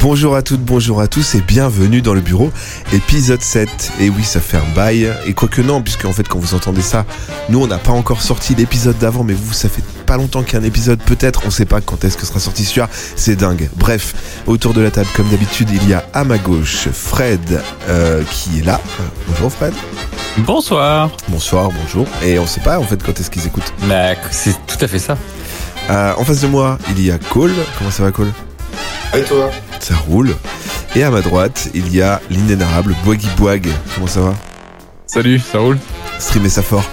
Bonjour à toutes, bonjour à tous et bienvenue dans le bureau, épisode 7. Et oui, ça fait un bail, et quoique non, puisque en fait quand vous entendez ça, nous on n'a pas encore sorti l'épisode d'avant, mais vous, ça fait pas longtemps qu'il y a un épisode, peut-être, on sait pas quand est-ce que sera sorti celui-là, c'est dingue. Bref, autour de la table, comme d'habitude, il y a à ma gauche Fred qui est là. Bonjour Fred. Bonsoir. Bonsoir, bonjour. Et on sait pas en fait quand est-ce qu'ils écoutent. Bah, c'est tout à fait ça. En face de moi, il y a Cole. Comment ça va Cole? Et toi? Ça roule. Et à ma droite, il y a l'inénarrable Boagui Boag. Comment ça va? Salut, ça roule? Streamer ça fort.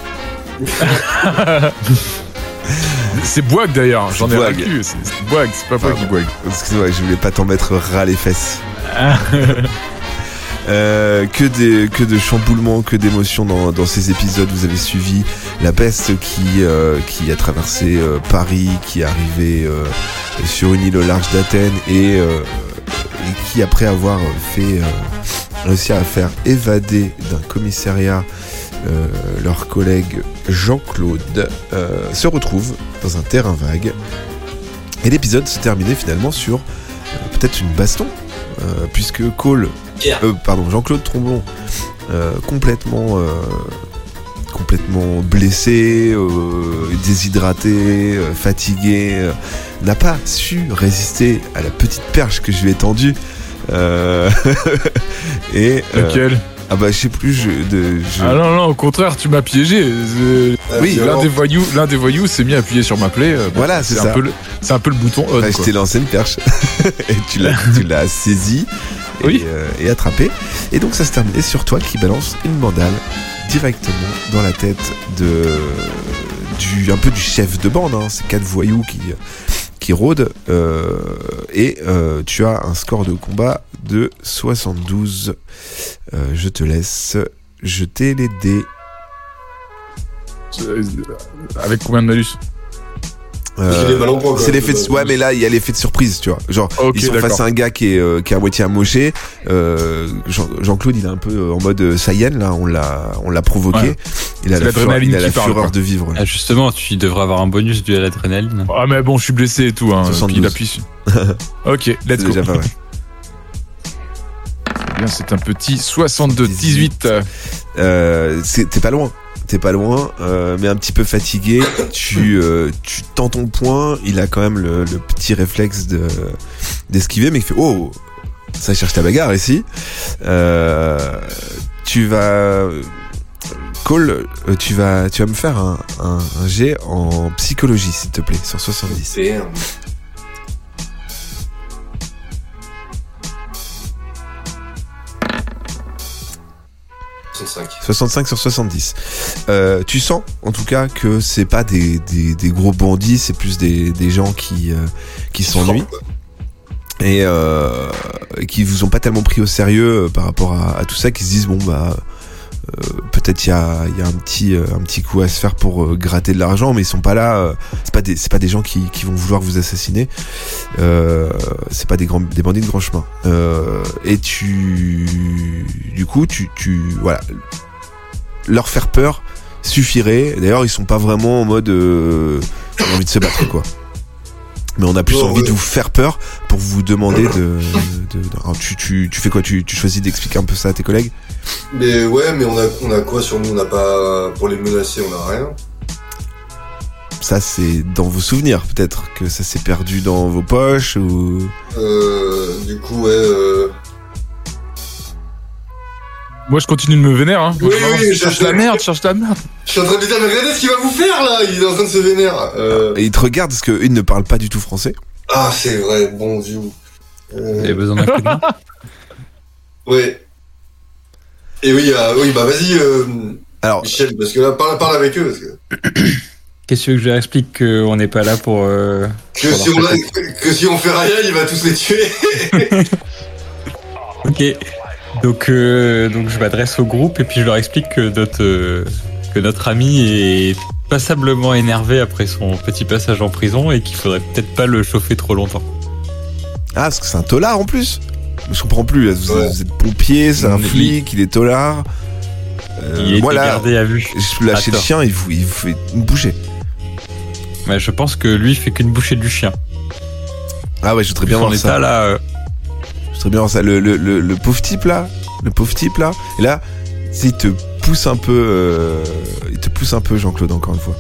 C'est Boag d'ailleurs, j'en ai Boag. vaincu. C'est Boag, c'est pas Boagui Boag. Excuse-moi, je voulais pas t'en mettre ras les fesses. Que de chamboulements, que d'émotions dans ces épisodes. Vous avez suivi la peste qui a traversé Paris, qui est arrivée sur une île au large d'Athènes et qui, après avoir réussi à faire évader d'un commissariat leur collègue Jean-Claude, se retrouve dans un terrain vague. Et l'épisode se terminait finalement sur peut-être une baston, puisque Jean-Claude Tromblon, complètement blessé, déshydraté, fatigué, n'a pas su résister à la petite perche que je lui ai tendue. Et lequel? Ah bah je sais plus. Ah non, au contraire, tu m'as piégé. Oui, l'un des voyous s'est mis à appuyer sur ma plaie. Voilà, c'est ça. C'est un peu le bouton on. Je t'ai lancé une perche et tu l'as saisi. Oui. Et attrapé. Et donc ça se terminait sur toi qui balance une mandale directement dans la tête un peu du chef de bande, hein. Ces 4 voyous qui rôdent. Et tu as un score de combat de 72. Je te laisse jeter les dés. Avec combien de malus? C'est l'effet de... Ouais, mais là il y a l'effet de surprise, tu vois. Genre okay, ils sont face à un gars qui est à moitié amoché. Jean-Claude il est un peu en mode Saiyan là, on l'a provoqué. Ouais. Il a la fureur de vivre. Ah, justement, tu devrais avoir un bonus dû à l'adrénaline. Ah mais bon, je suis blessé et tout. Hein. 72. Puis il appuie. Ok, let's go. Déjà pas mal. Bien, c'est un petit 62, 18. T'es pas loin, mais un petit peu fatigué. Tu tends ton poing. Il a quand même le petit réflexe d'esquiver, mais il fait oh, ça cherche la bagarre ici. Tu vas Cole, tu vas me faire un jet en psychologie s'il te plaît sur 70. 65 sur 70. Tu sens, en tout cas, que c'est pas des gros bandits, c'est plus des gens qui s'ennuient et qui vous ont pas tellement pris au sérieux par rapport à tout ça, qui se disent bon bah peut-être il y a un petit coup à se faire pour gratter de l'argent, mais ils sont pas là. C'est pas des gens qui vont vouloir vous assassiner. C'est pas des bandits de grand chemin. Et du coup, voilà, leur faire peur suffirait. D'ailleurs, ils sont pas vraiment en mode ont envie de se battre quoi. Mais on a plus envie de vous faire peur pour vous demander alors, tu fais quoi? Tu choisis d'expliquer un peu ça à tes collègues? Mais ouais, mais on a quoi sur nous? On n'a pas, pour les menacer, on a rien. Ça c'est dans vos souvenirs, peut-être que ça s'est perdu dans vos poches ou... Du coup ouais. Moi je continue de me vénérer hein. Oui, cherche la merde. Je suis en train de me dire, mais regardez ce qu'il va vous faire là. Il est en train de se vénérer. Et il te regarde parce qu'il ne parle pas du tout français. Ah c'est vrai, bon Dieu. Vous avez besoin d'un coup de main? Ouais. Et oui, bah vas-y alors, Michel, parce que là parle avec eux parce que... Qu'est-ce que je leur explique qu'on n'est pas là pour... Que si on fait rien, il va tous les tuer. Ok. Donc je m'adresse au groupe et puis je leur explique que notre ami est passablement énervé après son petit passage en prison et qu'il faudrait peut-être pas le chauffer trop longtemps. Ah, parce que c'est un tolard en plus. Je comprends plus. Vous êtes pompier, c'est un flic, il est tolard. Il est gardé à vue. Je lâcher le chien, il vous fait une bouchée. Mais je pense que lui fait qu'une bouchée du chien. Ah ouais, je voudrais bien voir ça. Là, très bien ça. Le pauvre type là. Et là, il te pousse un peu. Jean-Claude, encore une fois.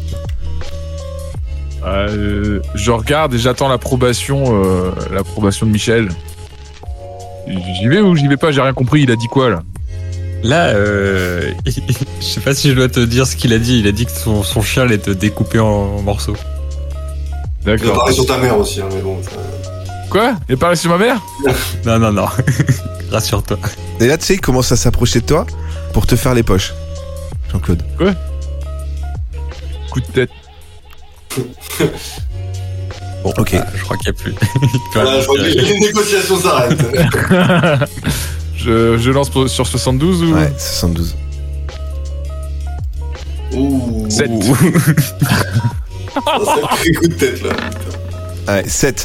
Je regarde et j'attends l'approbation de Michel. J'y vais ou j'y vais pas? J'ai rien compris. Il a dit quoi là? Là, je sais pas si je dois te dire ce qu'il a dit. Il a dit que son chien allait te découper en morceaux. Il a D'accord. parlé sur ta mère aussi, hein, mais bon. Quoi? Il a parlé sur ma mère? Non. Rassure-toi. Et là, tu sais, il commence à s'approcher de toi pour te faire les poches. Jean-Claude. Coup de tête. Bon, ok. Je crois qu'il n'y a plus. Voilà, je vois que les négociations s'arrêtent. Je lance sur 72 ou? Ouais, 72. Ouh. 7. Un sacré coup de tête, là. Ouais, 7.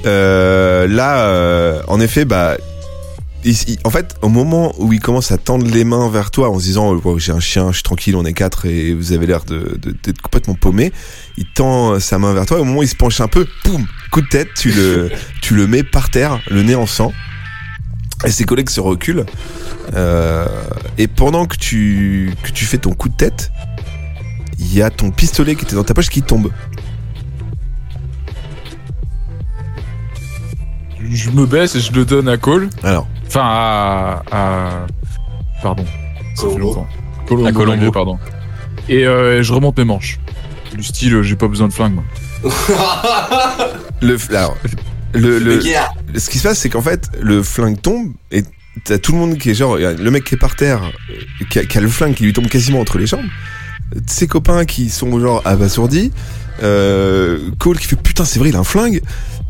Là, en effet, bah... en fait, au moment où il commence à tendre les mains vers toi en se disant oh, j'ai un chien, je suis tranquille, on est 4 et vous avez l'air d'être complètement paumé, il tend sa main vers toi. Au moment où il se penche un peu, boum, coup de tête, tu le mets par terre, le nez en sang. Et ses collègues se reculent. Et pendant que tu fais ton coup de tête, il y a ton pistolet qui était dans ta poche qui tombe. Je me baisse et je le donne à Cole. Alors. Enfin, à... Pardon. Ça fait Colombo. longtemps. À Colombo. Pardon. Et je remonte mes manches. Du style, j'ai pas besoin de flingue, moi. Ce qui se passe, c'est qu'en fait, le flingue tombe et t'as tout le monde qui est genre, le mec qui est par terre, qui a le flingue qui lui tombe quasiment entre les jambes. Ses copains qui sont genre abasourdis. Cole qui fait putain, c'est vrai, il a un flingue.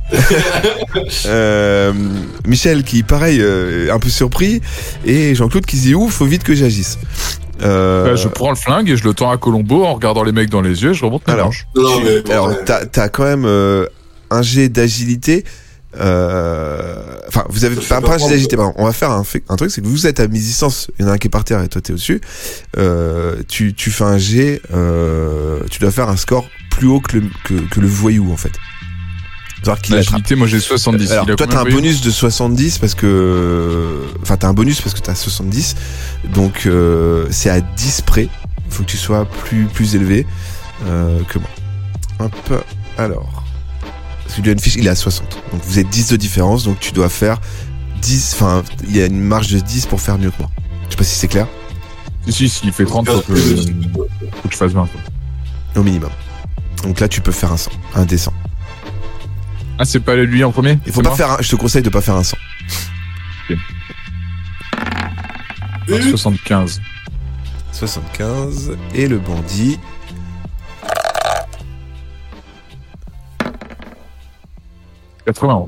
Michel qui pareil un peu surpris et Jean-Claude qui se dit ouf, faut vite que j'agisse. Je prends le flingue et je le tends à Colombo en regardant les mecs dans les yeux et je remonte mes manches. Alors t'as quand même un jet d'agilité. Enfin, vous avez pas un jet d'agilité. Pardon. On va faire un truc, c'est que vous êtes à mi-distance. Il y en a un qui est par terre et toi t'es au-dessus. Tu fais un jet. Tu dois faire un score plus haut que le voyou en fait. L'agilité, moi j'ai 70. Alors, toi, t'as un bonus de 70 parce que. Enfin, t'as un bonus parce que t'as 70. Donc, c'est à 10 près. Il faut que tu sois plus élevé que moi. Hop. Alors. Parce qu'il y a une fiche, il est à 60. Donc, vous êtes 10 de différence. Donc, tu dois faire 10. Enfin, il y a une marge de 10 pour faire mieux que moi. Je sais pas si c'est clair. Si, il fait 30, faut que je fasse 20. Au minimum. Donc là, tu peux faire un 100. Un D100. Ah, c'est pas lui en premier? Il faut pas faire je te conseille de pas faire un 100. Ok. 75. 75. Et le bandit. « 91.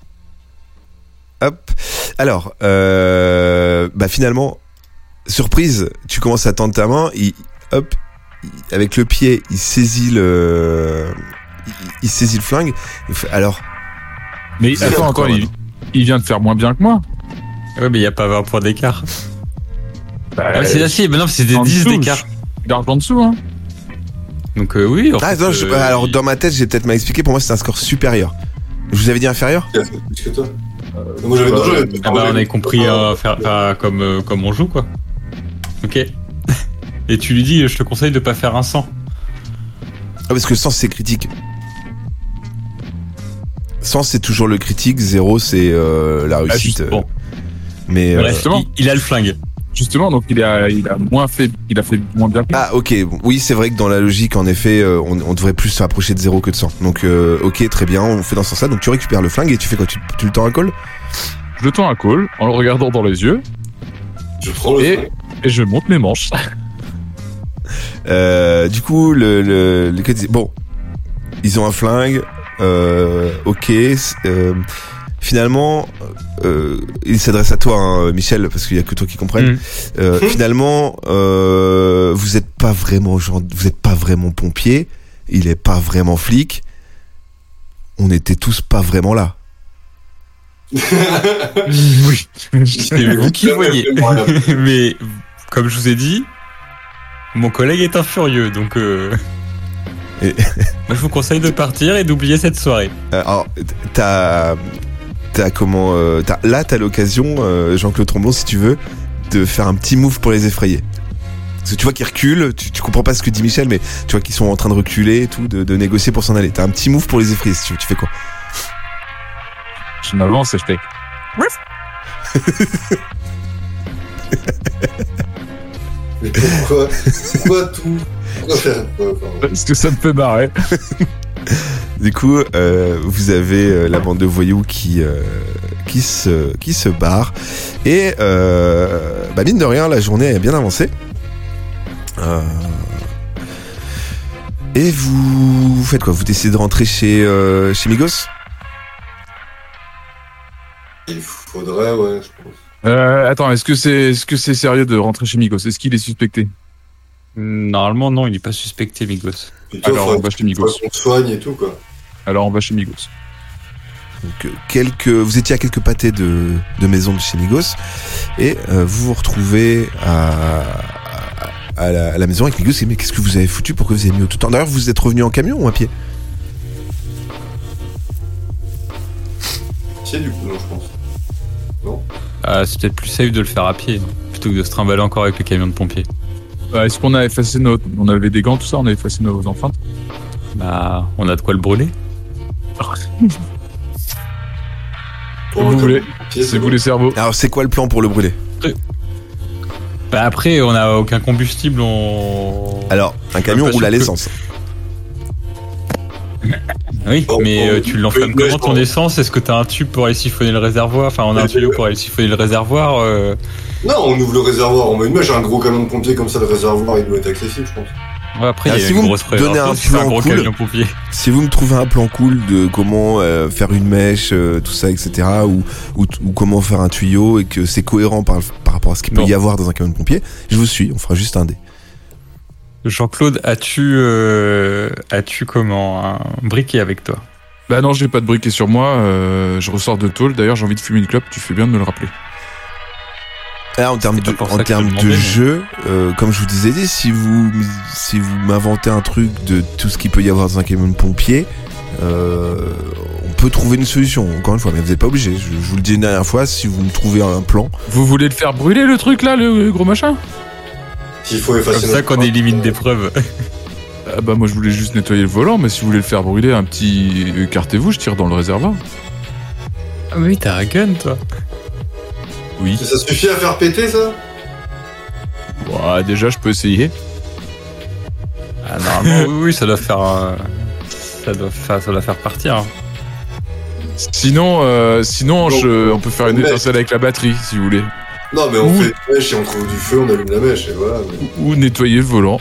Hop. Alors, finalement, surprise, tu commences à tendre ta main, avec le pied, il saisit le flingue. Alors. Mais attends, encore, il vient de faire moins bien que moi. Ouais, mais il n'y a pas 20 points d'écart. C'est assez, mais non, c'est des 10 d'écart. Il est en dessous, hein. Donc, oui. Alors, dans ma tête, j'ai peut-être mal expliqué, pour moi, c'est un score supérieur. Je vous avais dit inférieur? Il a fait plus que toi. Moi, j'avais on avait compris faire comme on joue, quoi. Ok. Et tu lui dis, je te conseille de pas faire un 100. Ah, parce que 100 c'est critique. 100 c'est toujours le critique, 0 c'est la réussite. Bon. Mais justement, il a le flingue. Justement, donc il a fait moins bien. Ah ok, oui c'est vrai que dans la logique en effet on devrait plus s'approcher de 0 que de 100. Donc ok, très bien, on fait dans ce sens-là. Donc tu récupères le flingue et tu fais quoi? Tu le tends à Cole? Je le tends à Cole en le regardant dans les yeux. Je prends le et je monte mes manches. Du coup bon, ils ont un flingue. Ok. Finalement, il s'adresse à toi, hein, Michel, parce qu'il y a que toi qui comprenne. Finalement, vous êtes pas vraiment pompier. Il est pas vraiment flic. On était tous pas vraiment là. Oui. C'est vous qui voyez. Mais comme je vous ai dit, mon collègue est un furieux, donc. Moi, je vous conseille de partir et d'oublier cette soirée. Alors, t'as t'as l'occasion, Jean-Claude Tromblon, si tu veux, de faire un petit move pour les effrayer. Parce que tu vois qu'ils reculent, tu comprends pas ce que dit Michel, mais tu vois qu'ils sont en train de reculer et tout, de négocier pour s'en aller. T'as un petit move pour les effrayer, si tu veux. Tu fais quoi? Je m'avance et je fais. Mais pourquoi tout? Pourquoi faire quoi, Parce que ça me fait marrer. Du coup, vous avez la bande de voyous qui se barre. Et mine de rien, la journée a bien avancé. Et vous faites quoi? Vous décidez de rentrer chez Migos? Il faudrait, ouais, je pense. Attends, est-ce que c'est sérieux de rentrer chez Migos? Est-ce qu'il est suspecté? Normalement, non, il n'est pas suspecté, Migos. Plutôt, Alors, on va chez Migos. Faut qu'on soigne et tout, quoi. Alors, on va chez Migos. Donc, vous étiez à quelques pâtés de maison de chez Migos. Et vous vous retrouvez à la maison avec Migos. Et mais qu'est-ce que vous avez foutu? Pourquoi vous avez mis autant de temps? D'ailleurs, vous êtes revenu en camion ou à pied? C'est du coup, non, je pense. Non. C'est peut-être plus safe de le faire à pied, plutôt que de se trimballer encore avec le camion de pompiers. Est-ce qu'on a effacé on avait des gants, tout ça, on a effacé nos empreintes? Bah, on a de quoi le brûler. Vous voulez. C'est vous les cerveaux. Alors, c'est quoi le plan pour le brûler? Bah après, on n'a aucun combustible, Alors, un camion roule à l'essence. Oui, mais tu l'enflammes comment ton essence? Est-ce que t'as un tube pour aller siphonner le réservoir? Enfin, on a un tuyau pour aller siphonner le réservoir Non, on ouvre le réservoir, on met une mèche, un gros camion de pompier comme ça, le réservoir il doit être accessible, je pense. Ouais, après, il y a si une vous grosse me donnez un plan cool, si vous me trouvez un plan cool de comment faire une mèche, tout ça, etc., ou comment faire un tuyau et que c'est cohérent par rapport à ce qu'il peut y avoir dans un camion de pompier, je vous suis, on fera juste un dé. Jean-Claude, as-tu comment un briquet avec toi? Bah non, j'ai pas de briquet sur moi, je ressors de tôle, d'ailleurs j'ai envie de fumer une clope, tu fais bien de me le rappeler. Alors, en termes de jeu, comme je vous disais, si vous m'inventez un truc de tout ce qu'il peut y avoir dans un camion de pompier, on peut trouver une solution, encore une fois, mais vous n'êtes pas obligé. Je vous le dis une dernière fois, si vous me trouvez un plan. Vous voulez le faire brûler le truc là, le gros machin? S'il faut effacer. Comme ça qu'on élimine des preuves. Ah bah moi je voulais juste nettoyer le volant, mais si vous voulez le faire brûler, un petit écartez-vous, je tire dans le réservoir. Ah oui, t'as un gun toi. Oui. Ça suffit à faire péter ça? Ouais, déjà je peux essayer. Ah normalement oui, ça doit faire ça doit faire partir. Sinon, on peut faire une étincelle avec la batterie si vous voulez. Non mais on fait une mèche et on trouve du feu, on allume la mèche et voilà. Ou nettoyer le volant.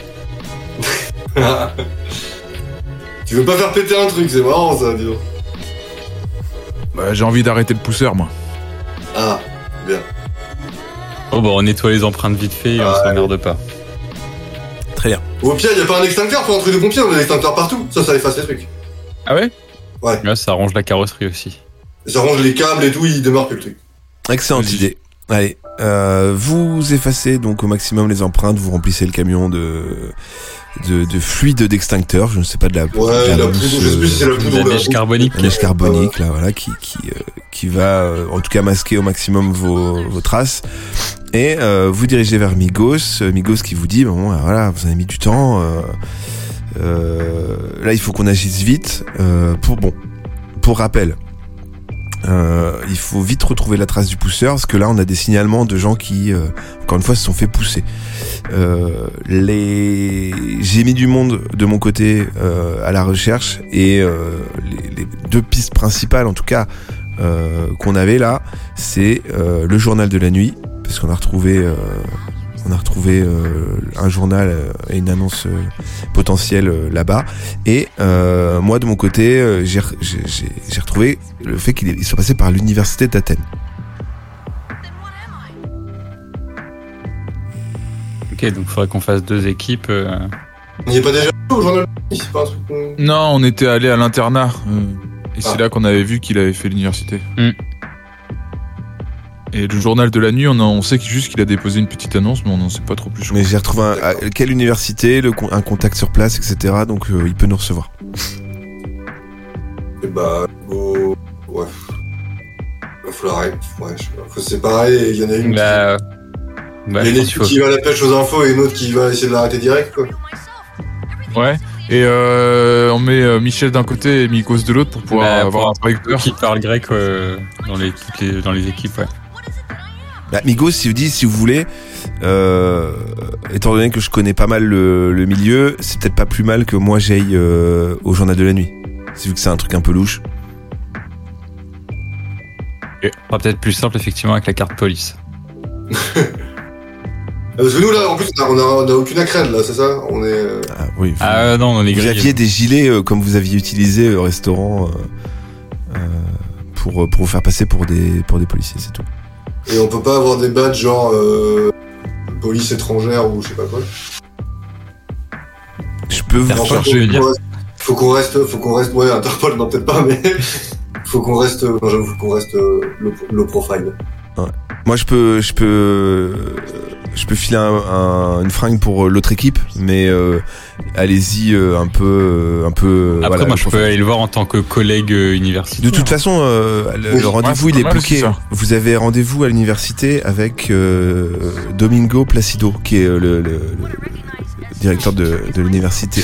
Tu veux pas faire péter un truc, c'est marrant ça, dis donc. Bah j'ai envie d'arrêter le pousseur moi. Ah, bien. Oh bah on nettoie les empreintes vite fait et on s'emmerde pas. Très bien. Ou au pire, y a pas un extincteur pour un truc de pompier, on a un extincteur partout. Ça efface les trucs. Ah ouais? Ouais. Là ça arrange la carrosserie aussi. Ça range les câbles et tout, il démarre plus le truc. Excellente idée. Allez, vous effacez donc au maximum les empreintes, vous remplissez le camion de fluide d'extincteur, je ne sais pas de la ouais, la poudre, je sais plus si c'est la poudre ou la neige carbonique. La neige carbonique, là, voilà, qui va en tout cas masquer au maximum vos traces. Et vous dirigez vers Migos qui vous dit bon voilà, vous avez mis du temps. Là, il faut qu'on agisse vite. Pour rappel. Il faut vite retrouver la trace du pousseur parce que là on a des signalements de gens qui encore une fois se sont fait pousser. J'ai mis du monde de mon côté à la recherche et les deux pistes principales en tout cas qu'on avait là, c'est le journal de la nuit parce qu'on a retrouvé un journal et une annonce potentielle là-bas. Et moi, de mon côté, j'ai retrouvé le fait qu'il soit passé par l'université d'Athènes. Ok, donc il faudrait qu'on fasse deux équipes. On n'y est pas déjà au journal? C'est pas un truc. Non, on était allé à l'internat. Et c'est là qu'on avait vu qu'il avait fait l'université. Et le journal de la nuit, on sait juste qu'il a déposé une petite annonce, mais on n'en sait pas trop plus. Mais j'ai retrouvé quelle université, un contact sur place, etc. Donc il peut nous recevoir. Et bah, ouais. Faut l'arrêter. Ouais, je sais pas. Faut se séparer. Il y en a une il y en a une qui va à la pêche aux infos et une autre qui va essayer de l'arrêter direct, quoi. Ouais. Et on met Michel d'un côté et Migos de l'autre pour pouvoir avoir un traducteur qui parle grec dans les équipes, ouais. Bah, Migos, si vous voulez, étant donné que je connais pas mal le milieu, c'est peut-être pas plus mal que moi j'aille au journal de la nuit. C'est vu que c'est un truc un peu louche. Ce sera peut-être plus simple effectivement avec la carte police. Parce que nous là, en plus, on a aucune accrède là, c'est ça? On est. Ah oui. Non, on est vous aviez des gilets comme vous aviez utilisé au restaurant pour vous faire passer pour des policiers, c'est tout. Et on peut pas avoir des badges genre police étrangère ou je sais pas quoi. Je peux vous chercher. Faut qu'on reste. Ouais, Interpol, non peut-être pas, mais faut qu'on reste. Non, j'avoue, faut qu'on reste low profile. Ouais. Moi, je peux filer une fringue pour l'autre équipe, mais allez-y un peu. Après, voilà, moi, je peux aller le voir en tant que collègue universitaire. De toute façon, le rendez-vous il est booké. Vous avez rendez-vous à l'université avec Domingo Placido, qui est le directeur de l'université.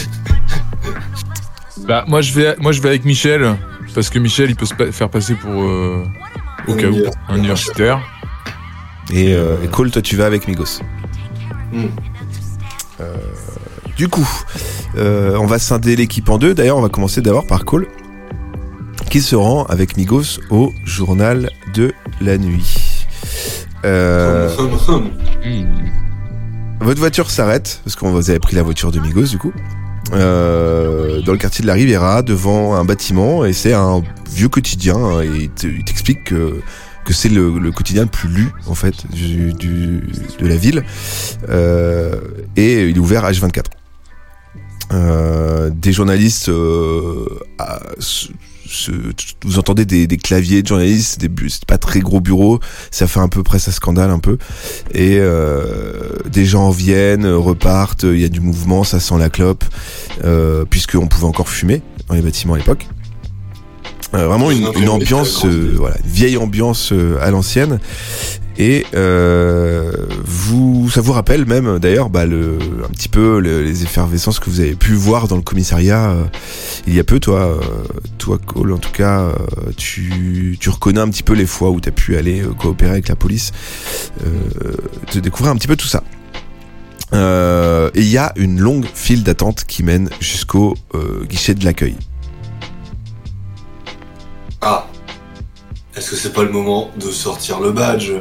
Bah, moi je vais avec Michel, parce que Michel il peut se faire passer pour au cas où un universitaire. Et Cole, toi tu vas avec Migos. Du coup, on va scinder l'équipe en deux. D'ailleurs, on va commencer d'abord par Cole, qui se rend avec Migos au journal de la nuit. Votre voiture s'arrête, parce que vous avez pris la voiture de Migos du coup. Dans le quartier de la Riviera, devant un bâtiment, et c'est un vieux quotidien, hein, et il t'explique que c'est le quotidien le plus lu en fait de la ville, et il est ouvert H24. Des journalistes, vous entendez des claviers de journalistes, c'est pas très gros bureaux, ça fait un peu presse à scandale un peu, et des gens viennent, repartent, il y a du mouvement, ça sent la clope, puisqu'on pouvait encore fumer dans les bâtiments à l'époque. Vraiment une ambiance, voilà, une vieille ambiance à l'ancienne. Et ça vous rappelle même d'ailleurs un petit peu les effervescences que vous avez pu voir dans le commissariat il y a peu, toi Cole, en tout cas, tu reconnais un petit peu les fois où tu as pu aller coopérer avec la police, de découvrir un petit peu tout ça. Et il y a une longue file d'attente qui mène jusqu'au guichet de l'accueil. Ah, est-ce que c'est pas le moment de sortir le badge?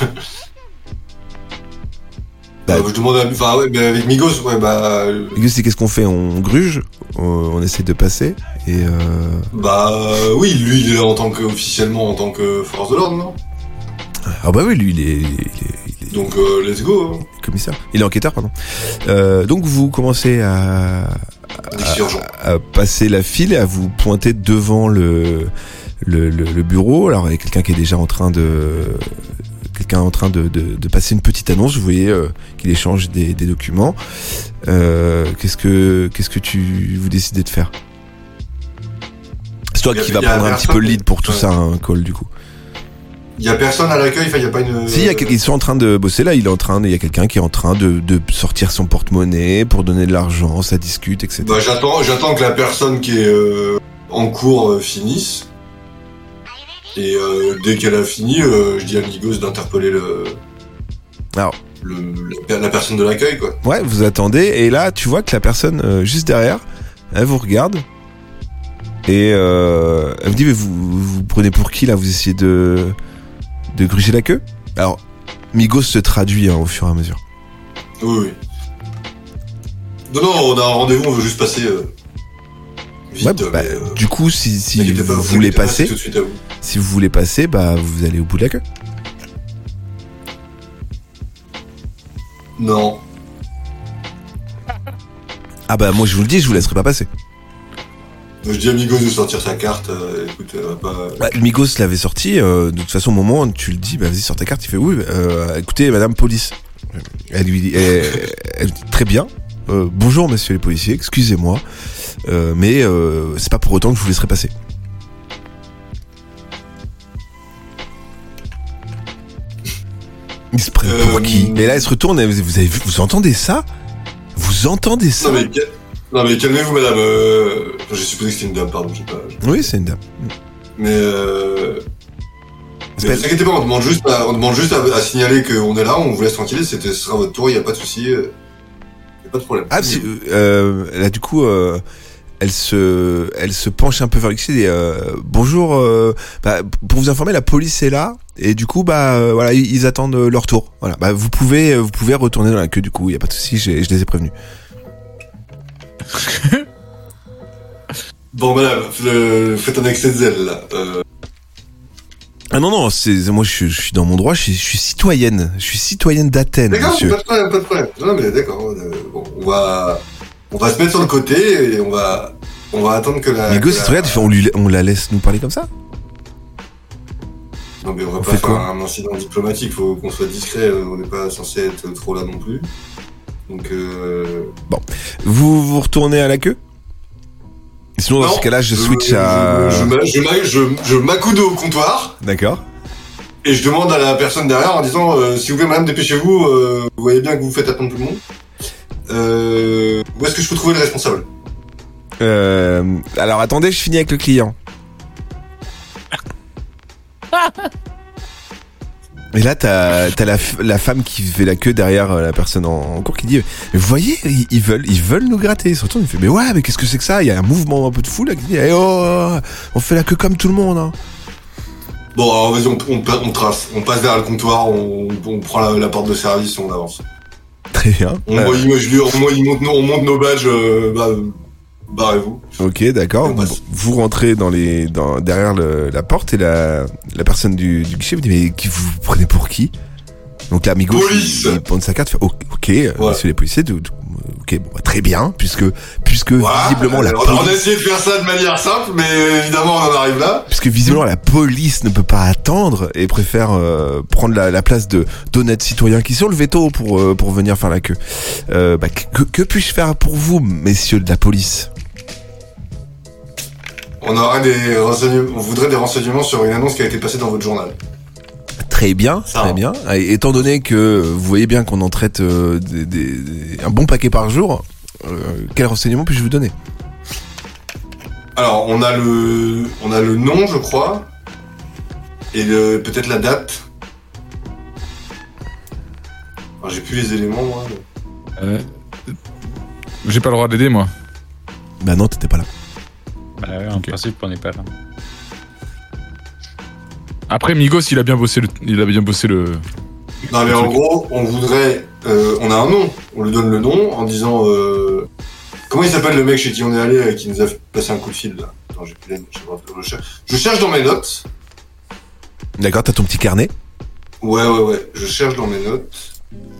Je demande mais avec Migos, ouais, Migos, c'est qu'est-ce qu'on fait? On gruge, on essaie de passer, et oui, lui, il est là officiellement en tant que force de l'ordre, non? Ah bah oui, lui, il est... Donc, let's go. Hein. Commissaire. Il est enquêteur, pardon. Donc, vous commencez à passer la file et à vous pointer devant le bureau. Alors il y a quelqu'un qui est déjà en train de passer une petite annonce. Vous voyez qu'il échange des documents. Qu'est-ce que vous décidez de faire? C'est toi qui va prendre un petit peu le lead pour tout ça, hein, Cole, du coup. Il y a personne à l'accueil, il y a pas une... Si, ils sont en train de bosser là, il y a quelqu'un qui est en train de sortir son porte-monnaie pour donner de l'argent, ça discute, etc. J'attends que la personne qui est en cours finisse. Et dès qu'elle a fini, je dis à Migos d'interpeller la personne de l'accueil, quoi. Ouais, vous attendez, et là, tu vois que la personne juste derrière, elle vous regarde, et elle vous dit, mais vous prenez pour qui, là? Vous essayez de gruger la queue? Alors, Migos se traduit au fur et à mesure. Oui. Non, on a un rendez-vous, on veut juste passer vite. Ouais, du coup, si vous voulez passer, vous allez au bout de la queue. Non. Ah bah moi je vous le dis, je vous laisserai pas passer. Je dis à Migos de sortir sa carte, écoute, Migos l'avait sorti, de toute façon au moment où tu le dis, vas-y sors ta carte, il fait oui, écoutez madame police. Elle dit très bien, bonjour messieurs les policiers, excusez-moi, mais c'est pas pour autant que je vous laisserai passer. Il se prennent pour qui? Et là, il se retourne et vous entendez ça? Vous entendez ça? Non mais calmez-vous madame, j'ai supposé que c'était une dame, pardon, j'ai pas... Oui, c'est une dame. Mais ne vous inquiétez pas, on demande juste à signaler qu'on est là, on vous laisse tranquille, ce sera votre tour, il n'y a pas de souci, il n'y a pas de problème. Ah, là du coup, elle se penche un peu vers Alexis et bonjour, pour vous informer, la police est là et du coup voilà, ils attendent leur tour. Voilà, vous pouvez retourner dans la queue du coup, il y a pas de souci, je les ai prévenus. Bon madame, faites un excès de zèle là. Ah non, moi je suis dans mon droit, je suis citoyenne d'Athènes. D'accord, monsieur. pas de problème. Non mais d'accord, bon, on va se mettre sur le côté et on va attendre que la... Mais go, citoyenne, on la laisse nous parler comme ça? Non mais on va pas faire un incident diplomatique, faut qu'on soit discret, on n'est pas censé être trop là non plus. Donc Bon, vous retournez à la queue? Sinon, dans ce cas-là, je switch à... Je m'accoude au comptoir. D'accord. Et je demande à la personne derrière en disant s'il vous plaît madame, dépêchez-vous, vous voyez bien que vous faites attendre tout le monde. Où est-ce que je peux trouver le responsable? Alors attendez, je finis avec le client. Et là, t'as la femme qui fait la queue derrière la personne en cours qui dit mais vous voyez, ils veulent nous gratter. Ils se retournent, il fait mais ouais, mais qu'est-ce que c'est que ça? Il y a un mouvement un peu de fou là qui dit on fait la queue comme tout le monde. Hein. Bon, alors vas-y, on trace, on passe vers le comptoir, on prend la porte de service et on avance. Très bien. On monte nos badges, barrez-vous. Ok, d'accord. Vous rentrez derrière la porte et la personne du guichet vous dit mais qui vous prenez pour qui? Donc là, Amigo, il pointe sa carte, fait ok, monsieur les policiers, ok, bon, très bien, puisque visiblement la police... On a essayé de faire ça de manière simple, mais évidemment on en arrive là. Puisque visiblement la police ne peut pas attendre et préfère prendre la place d'honnêtes citoyens qui sont le veto pour venir faire la queue. Que puis-je faire pour vous, messieurs de la police? On voudrait des renseignements sur une annonce qui a été passée dans votre journal. Très bien, très bien. Et étant donné que vous voyez bien qu'on en traite un bon paquet par jour, quel renseignement puis-je vous donner? Alors, on a le nom, je crois, et peut-être la date. Alors, j'ai plus les éléments, moi. J'ai pas le droit d'aider, moi. Bah non, t'étais pas là. Bah ouais, en principe, on n'est pas là. Après, Migos, il a bien bossé le... Non, mais en gros, on voudrait... on a un nom. On lui donne le nom en disant... Comment il s'appelle le mec chez qui on est allé qui nous a passé un coup de fil, là? Attends, j'ai plus les noms. Je cherche dans mes notes. D'accord, t'as ton petit carnet? Ouais. Je cherche dans mes notes.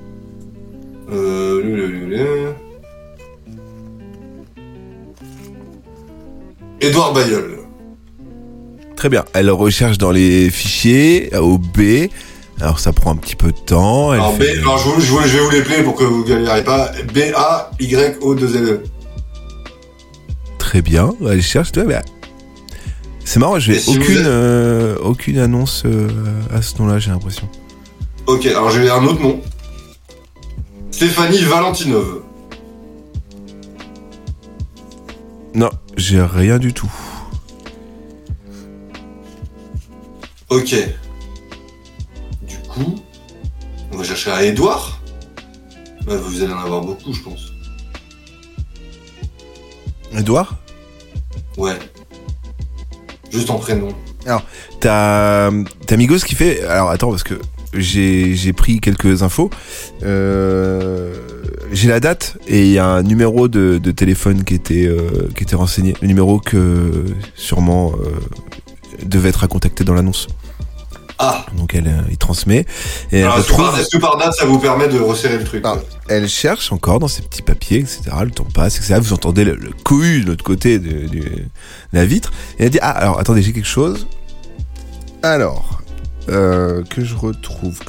Édouard Bayeul. Très bien. Elle recherche dans les fichiers au B. Alors ça prend un petit peu de temps. Alors je vais vous les plaire pour que vous galériez pas. B-A-Y-O-2-L-E. Très bien. Elle cherche. C'est marrant. Je n'ai aucune annonce à ce nom-là. J'ai l'impression. Ok. Alors j'ai un autre nom. Stéphanie Valentinov. Non, j'ai rien du tout. Ok. Du coup, on va chercher à Édouard. Vous allez en avoir beaucoup, je pense. Édouard? Ouais. Juste en prénom. Alors, t'as Migos qui fait... Alors, attends, parce que j'ai pris quelques infos. J'ai la date et il y a un numéro de téléphone qui était renseigné. Le numéro que sûrement devait être à contacter dans l'annonce. Ah. Donc il transmet. Et alors, est-ce que par date ça vous permet de resserrer le truc? Elle cherche encore dans ses petits papiers, etc. Le temps passe, etc. Vous entendez le cohue de l'autre côté de la vitre. Et elle dit alors attendez, j'ai quelque chose. Alors que je retrouve.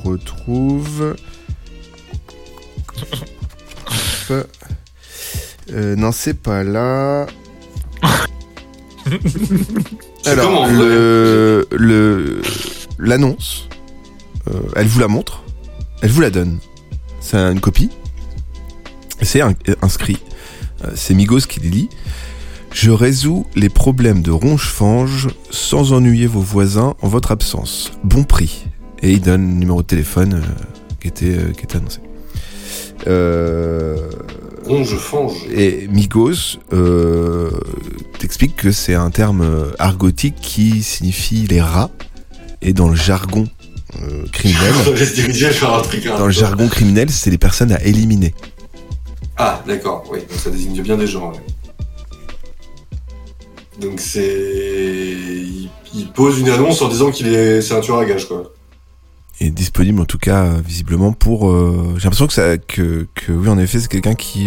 Non, c'est pas là. Alors, l'annonce, elle vous la montre. elle vous la donne. C'est une copie. C'est inscrit. C'est Migos qui les lit. Je résous les problèmes de ronge-fange sans ennuyer vos voisins en votre absence. Bon prix. Et il donne le numéro de téléphone qui était annoncé. Ronge-fange. Et Migos t'explique que c'est un terme argotique qui signifie les rats. Et dans le jargon criminel, dans le jargon criminel, c'est les personnes à éliminer. Ah, d'accord, oui, donc ça désigne bien des gens. Ouais. Donc il pose une annonce en disant c'est un tueur à gages, quoi. Il est disponible en tout cas visiblement pour. J'ai l'impression que oui, en effet, c'est quelqu'un qui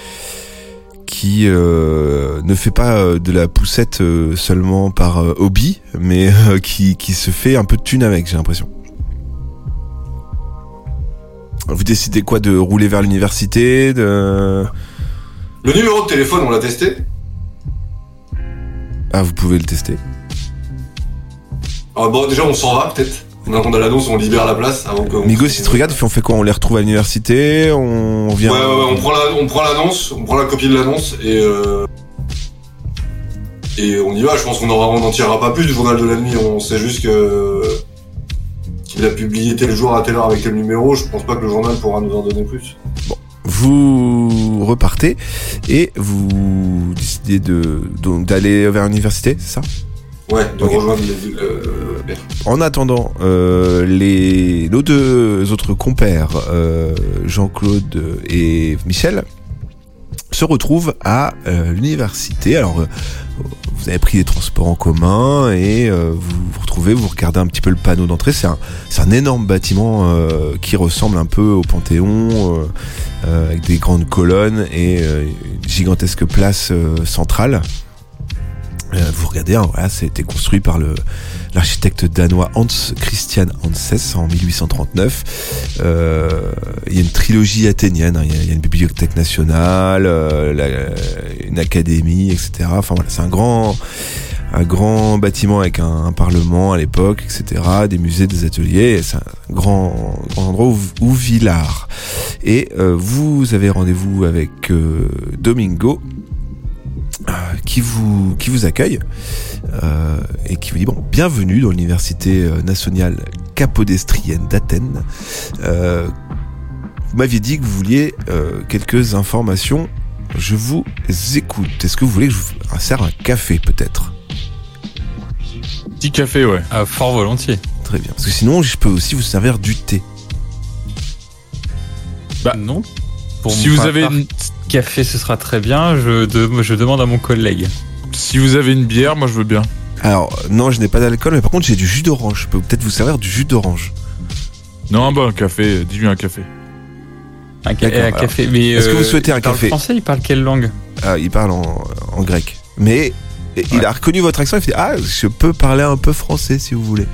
ne fait pas de la poussette seulement par hobby, mais qui se fait un peu de thune avec, j'ai l'impression. Vous décidez quoi, de rouler vers l'université, Le numéro de téléphone, on l'a testé. Ah, vous pouvez le tester. Alors bon, déjà on s'en va peut-être. On attend l'annonce, on libère la place avant que. Migos, il te regarde, on fait quoi? On les retrouve à l'université, on vient. Ouais, on prend l'annonce, on prend la copie de l'annonce et on y va. Je pense qu'on n'en tirera pas plus du journal de la nuit. On sait juste qu'il a publié tel jour à telle heure avec tel numéro. Je pense pas que le journal pourra nous en donner plus. Bon, vous repartez et vous décidez d'aller vers l'université, c'est ça? Ouais, de rejoindre En attendant, nos deux autres compères, Jean-Claude et Michel, se retrouvent à l'université. Alors, vous avez pris les transports en commun et vous retrouvez, vous regardez un petit peu le panneau d'entrée. C'est un énorme bâtiment qui ressemble un peu au Panthéon, avec des grandes colonnes et une gigantesque place centrale. Vous regardez, hein, voilà, ça a été construit par l'architecte danois Hans Christian Hanses en 1839. Il y a une trilogie athénienne, hein, il y a une bibliothèque nationale, une académie, etc. Enfin voilà, c'est un grand bâtiment avec un parlement à l'époque, etc. Des musées, des ateliers. C'est un grand endroit où vit l'art. Et vous avez rendez-vous avec Domingo, qui vous accueille et qui vous dit bienvenue dans l'université nationale capodestrienne d'Athènes. Vous m'aviez dit que vous vouliez quelques informations. Je vous écoute. Est-ce que vous voulez que je vous serve un café, peut-être? Petit café, ouais. Ah, fort volontiers. Très bien. Parce que sinon, je peux aussi vous servir du thé. Bah non. Pour si vous avez café, ce sera très bien. Je demande à mon collègue. Si vous avez une bière, moi je veux bien. Alors, non, je n'ai pas d'alcool, mais par contre, j'ai du jus d'orange. Je peux peut-être vous servir du jus d'orange. Non, un café. Dis-lui un café. Un café. Mais est-ce que vous souhaitez un café? Il parle français, il parle quelle langue? Il parle en grec. Mais il a reconnu votre accent, il fait je peux parler un peu français si vous voulez.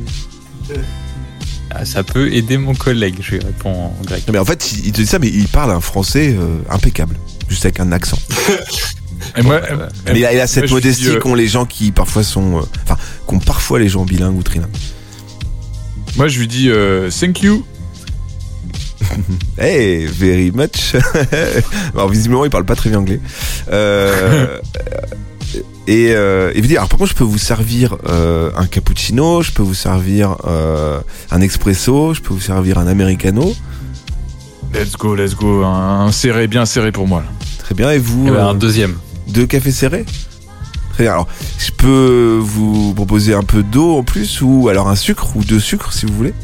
Ça peut aider mon collègue, je lui réponds en grec. Mais en fait, il te dit ça, mais il parle un français impeccable, juste avec un accent. Et moi, mais il a cette modestie qu'ont les gens qui parfois qu'ont parfois les gens bilingues ou trilingues. Moi, je lui dis thank you. Hey, very much. Alors visiblement, il parle pas très bien anglais. Et vous dire, alors par contre, je peux vous servir un cappuccino, je peux vous servir un espresso, je peux vous servir un americano. Let's go, un serré, bien serré pour moi. Là. Très bien, et vous un deuxième. 2 cafés serrés. Très bien, alors je peux vous proposer un peu d'eau en plus, ou alors un sucre, ou 2 sucres si vous voulez.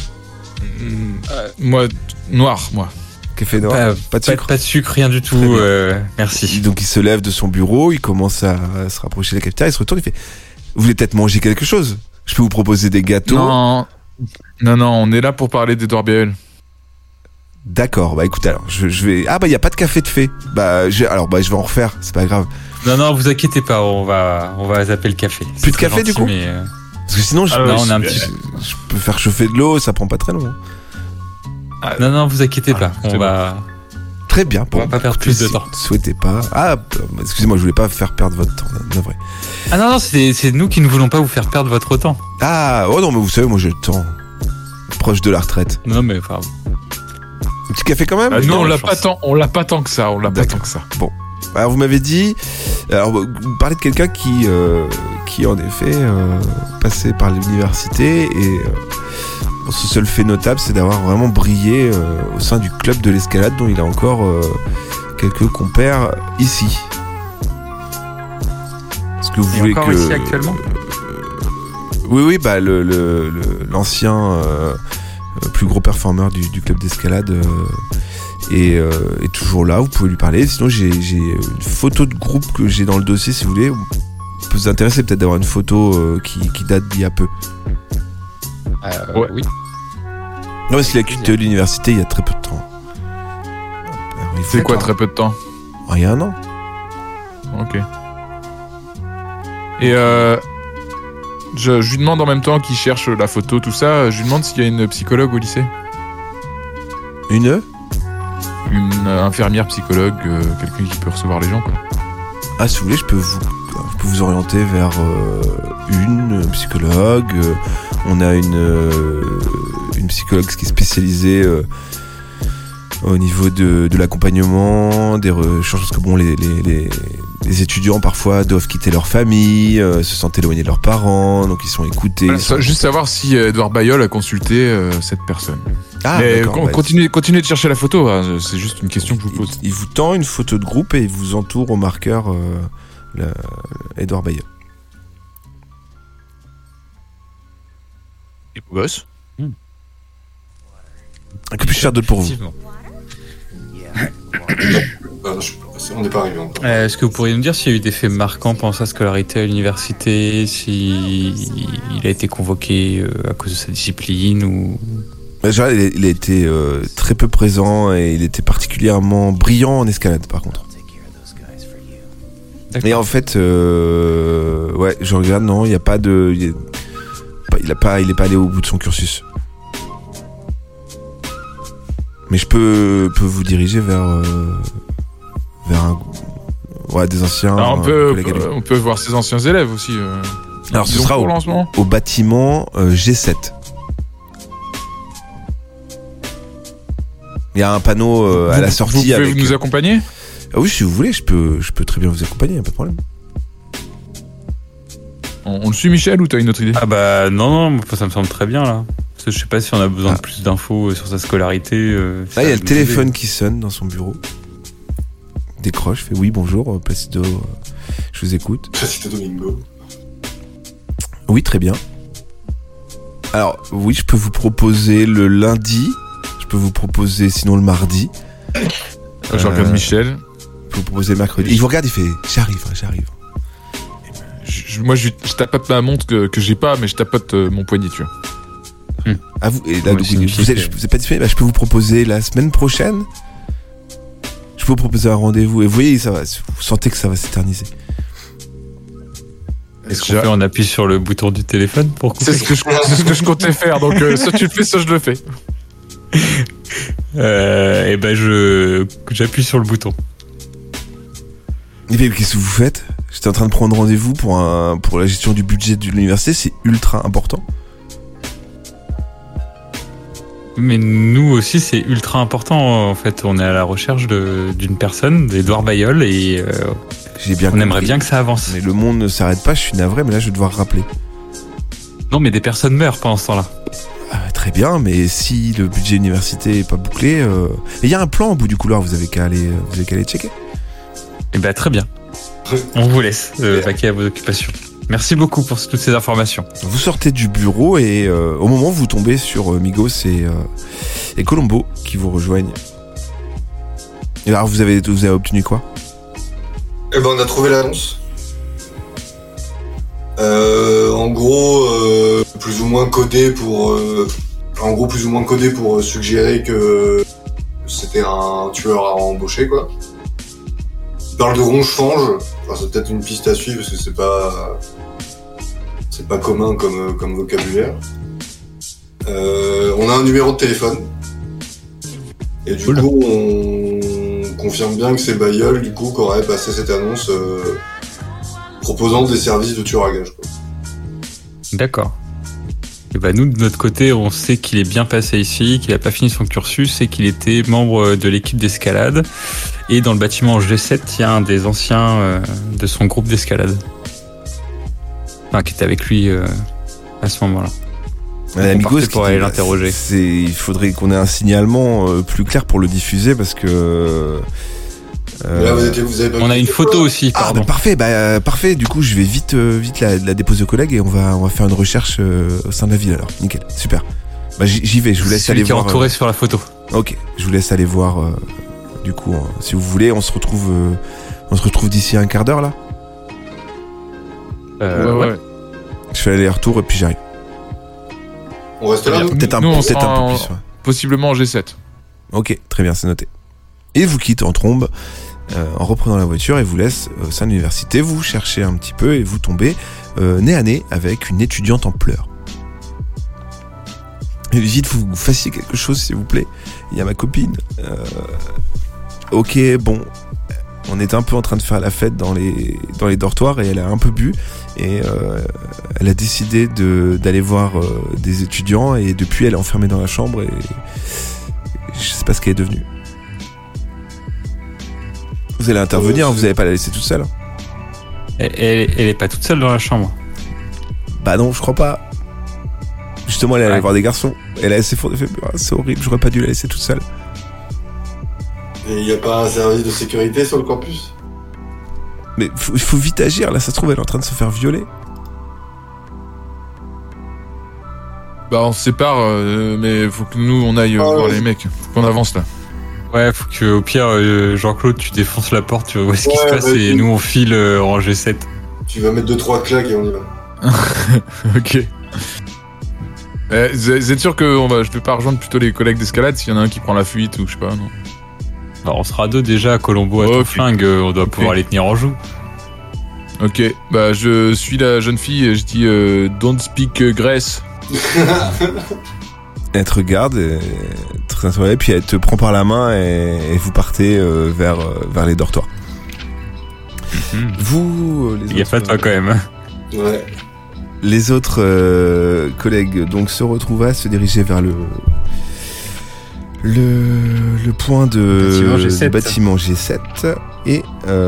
Moi, noir, moi. Café noir, pas de sucre. Pas de sucre, rien du tout, merci. Donc il se lève de son bureau, il commence à se rapprocher de la cafetière, il se retourne, il fait vous voulez peut-être manger quelque chose? Je peux vous proposer des gâteaux? Non, on est là pour parler d'Edouard Biel. D'accord, bah écoutez, alors je vais. Ah bah il y a pas de café de fée. Je vais en refaire, c'est pas grave. Non, vous inquiétez pas, on va zapper le café. Plus de café gentil, du coup mais Parce que sinon je peux faire chauffer de l'eau, ça prend pas très long. Non, vous inquiétez pas, on va. Très bien, on va pas perdre plus de temps. Souhaitez pas. Excusez-moi, je voulais pas faire perdre votre temps, non, vrai. Ah non, c'est nous qui ne voulons pas vous faire perdre votre temps. Oh non, mais vous savez, moi j'ai le temps. proche de la retraite. Non, mais enfin. Un petit café quand même. Ah, non, on l'a je pas pense. tant. On l'a pas tant que ça. Bon. Alors vous m'avez dit, alors vous parlez de quelqu'un qui en effet passé par l'université et ce seul fait notable, c'est d'avoir vraiment brillé au sein du club de l'escalade dont il a encore quelques compères ici. Est-ce que vous voulez encore que ici actuellement oui, bah l'ancien plus gros performeur du club d'escalade est toujours là. Vous pouvez lui parler. Sinon, j'ai une photo de groupe que j'ai dans le dossier, si vous voulez. Ça peut vous intéresser peut-être d'avoir une photo qui date d'il y a peu. Ouais. Oui. Non, parce qu'il a quitté l'université il y a très peu de temps. C'est quoi très peu de temps? Il y a un an. Ok. Et je lui demande en même temps qu'il cherche la photo, tout ça. Je lui demande s'il y a une psychologue au lycée. Une infirmière psychologue, quelqu'un qui peut recevoir les gens, quoi. Ah, si vous voulez, je peux vous orienter vers une psychologue. On a une psychologue qui est spécialisée au niveau de l'accompagnement, des recherches, parce que bon, les étudiants parfois doivent quitter leur famille, se sentent éloignés de leurs parents, donc ils sont écoutés. Voilà, juste savoir si Edouard Bayeul a consulté cette personne. Ah, mais d'accord, continuez de chercher la photo, hein, c'est juste une question que je vous pose. Il vous tend une photo de groupe et il vous entoure au marqueur Edouard Bayeul. Et beau gosse. Un peu plus cher de pour vous. Effectivement. On n'est pas arrivé encore. Est-ce que vous pourriez nous dire s'il y a eu des faits marquants pendant sa scolarité à l'université, s'il a été convoqué à cause de sa discipline ou... Déjà, il a été très peu présent et il était particulièrement brillant en escalade, par contre. D'accord. Et en fait, ouais, je regarde, non, il n'y a pas de... Il est pas allé au bout de son cursus. Mais je peux vous diriger vers des anciens. Alors, collègues à lui. on peut voir ses anciens élèves aussi. Alors ce sera au bâtiment G7. Il y a un panneau à la sortie. Vous pouvez avec... nous accompagner? Ah oui, si vous voulez, je peux très bien vous accompagner, pas de problème. On le suit, Michel, ou t'as une autre idée? Ah bah non, moi, ça me semble très bien là. Parce que je sais pas si on a besoin de plus d'infos sur sa scolarité. Là, il y a le téléphone qui sonne dans son bureau. Décroche, fait oui, bonjour, Placido, je vous écoute. Placido Domingo. Oui, très bien. Alors, oui, je peux vous proposer le lundi. Je peux vous proposer sinon le mardi. Je regarde Michel. Je peux vous proposer mercredi. Il vous regarde, il fait j'arrive. Moi, je tapote ma montre que j'ai pas, mais je tapote mon poignet, tu vois. Ah, vous, et là, Ouais, donc, c'est vous êtes pas disponible. Bah, je peux vous proposer la semaine prochaine. Je peux vous proposer un rendez-vous. Et vous voyez, ça va, vous sentez que ça va s'éterniser. Est-ce qu'on fait, on appuie sur le bouton du téléphone pour couper? C'est ce que je comptais faire, donc soit tu le fais, soit je le fais. Et ben j'appuie sur le bouton. Et puis, qu'est-ce que vous faites? J'étais en train de prendre rendez-vous pour la gestion du budget de l'université. C'est ultra important. Mais nous aussi, c'est ultra important. En fait, on est à la recherche d'une personne, d'Edouard Bayeul, et J'ai bien on compris. aimerait bien que ça avance. Mais le monde ne s'arrête pas, je suis navré, mais là je vais devoir rappeler. Non, mais des personnes meurent pendant ce temps-là. Très bien, mais si le budget université est pas bouclé, il y a un plan au bout du couloir, vous avez qu'à aller checker. Et ben très bien. On vous laisse vaquer à vos occupations. Merci beaucoup pour toutes ces informations. Vous sortez du bureau et au moment où vous tombez sur Migos et Colombo qui vous rejoignent. Et alors vous avez obtenu quoi? Eh ben, on a trouvé l'annonce. En gros, plus ou moins codé pour suggérer que c'était un tueur à embaucher, quoi. Il parle de ronge-fange. Enfin, c'est peut-être une piste à suivre parce que c'est pas commun comme vocabulaire. On a un numéro de téléphone. Et du coup, on confirme bien que c'est Bayeul, du coup, qui aurait passé cette annonce proposant des services de tueur à gages, quoi. D'accord. Et bah nous, de notre côté, on sait qu'il est bien passé ici, qu'il a pas fini son cursus et qu'il était membre de l'équipe d'escalade. Et dans le bâtiment G7, il y a un des anciens de son groupe d'escalade. Enfin, qui était avec lui à ce moment-là. L'amigo, pour aller l'interroger. Il faudrait qu'on ait un signalement plus clair pour le diffuser parce que... Là, vous avez pas on a une photo aussi, pardon. Parfait. Du coup, je vais vite la déposer aux collègues et on va faire une recherche au sein de la ville alors. Nickel, super. J'y vais, je vous laisse aller voir. Celui qui est entouré sur la photo. Ok, je vous laisse aller voir. Du coup, si vous voulez, on se retrouve d'ici un quart d'heure là. Ouais. Je fais aller-retour et puis j'arrive. On reste là. Peut-être un peu plus. Ouais. Possiblement en G7. Ok, très bien, c'est noté. Et vous quitte en trombe. En reprenant la voiture et vous laisse au sein de l'université, vous cherchez un petit peu et vous tombez nez à nez avec une étudiante en pleurs. Et vite, vous fassiez quelque chose s'il vous plaît. Il y a ma copine. Ok, bon, on était un peu en train de faire la fête dans les dortoirs et elle a un peu bu et elle a décidé d'aller voir des étudiants et depuis elle est enfermée dans la chambre et je sais pas ce qu'elle est devenue. Vous allez intervenir, vous allez pas la laisser toute seule. Elle est pas toute seule dans la chambre. Bah non, je crois pas. Justement, elle est allée voir des garçons. Elle a assez fort de fait, c'est horrible, j'aurais pas dû la laisser toute seule. Et y a pas un service de sécurité sur le campus? Mais il faut vite agir, là ça se trouve elle est en train de se faire violer. Bah on se sépare, mais faut que nous on aille voir les mecs. Faut qu'on avance là. Ouais, faut que au pire, Jean-Claude, tu défonces la porte, tu vois ce qui se passe et nous on file en G7. Tu vas mettre 2-3 claques et on y va. Ok. Vous êtes sûr que je vais pas rejoindre plutôt les collègues d'escalade s'il y en a un qui prend la fuite ou je sais pas, non? Alors on sera deux déjà à Colombo à ton flingue, on doit pouvoir les tenir en joue. Ok, bah je suis la jeune fille et je dis don't speak Grèce. Elle te regarde et puis elle te prend par la main et vous partez vers les dortoirs. Vous, les autres... Il y a pas de toi quand même. Ouais. Les autres collègues donc se retrouvaient à se diriger vers le point de bâtiment G7 et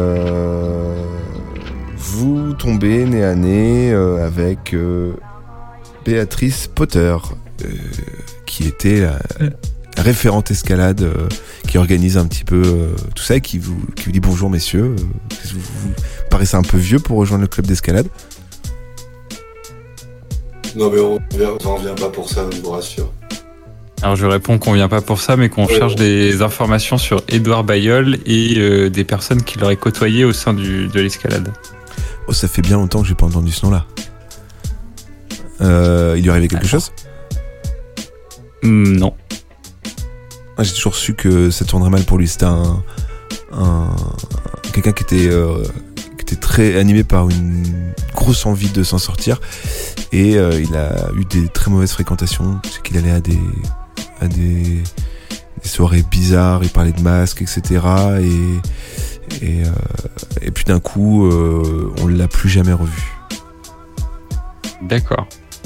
vous tombez nez à nez avec Béatrice Potter qui était la référente escalade qui organise un petit peu tout ça et qui vous dit bonjour messieurs, vous paraissez un peu vieux pour rejoindre le club d'escalade. Non mais on vient pas pour ça, je vous rassure. Alors je réponds qu'on vient pas pour ça, mais qu'on cherche des informations sur Édouard Bailleul et des personnes qui l'auraient côtoyé au sein de l'escalade. Oh, ça fait bien longtemps que j'ai pas entendu ce nom-là. Il lui arrivait quelque chose ? Non. J'ai toujours su que ça tournerait mal pour lui. C'était quelqu'un qui était très animé par une grosse envie de s'en sortir et il a eu des très mauvaises fréquentations. C'est qu'il allait à des soirées bizarres, il parlait de masques, etc. Et puis d'un coup, on l'a plus jamais revu. D'accord.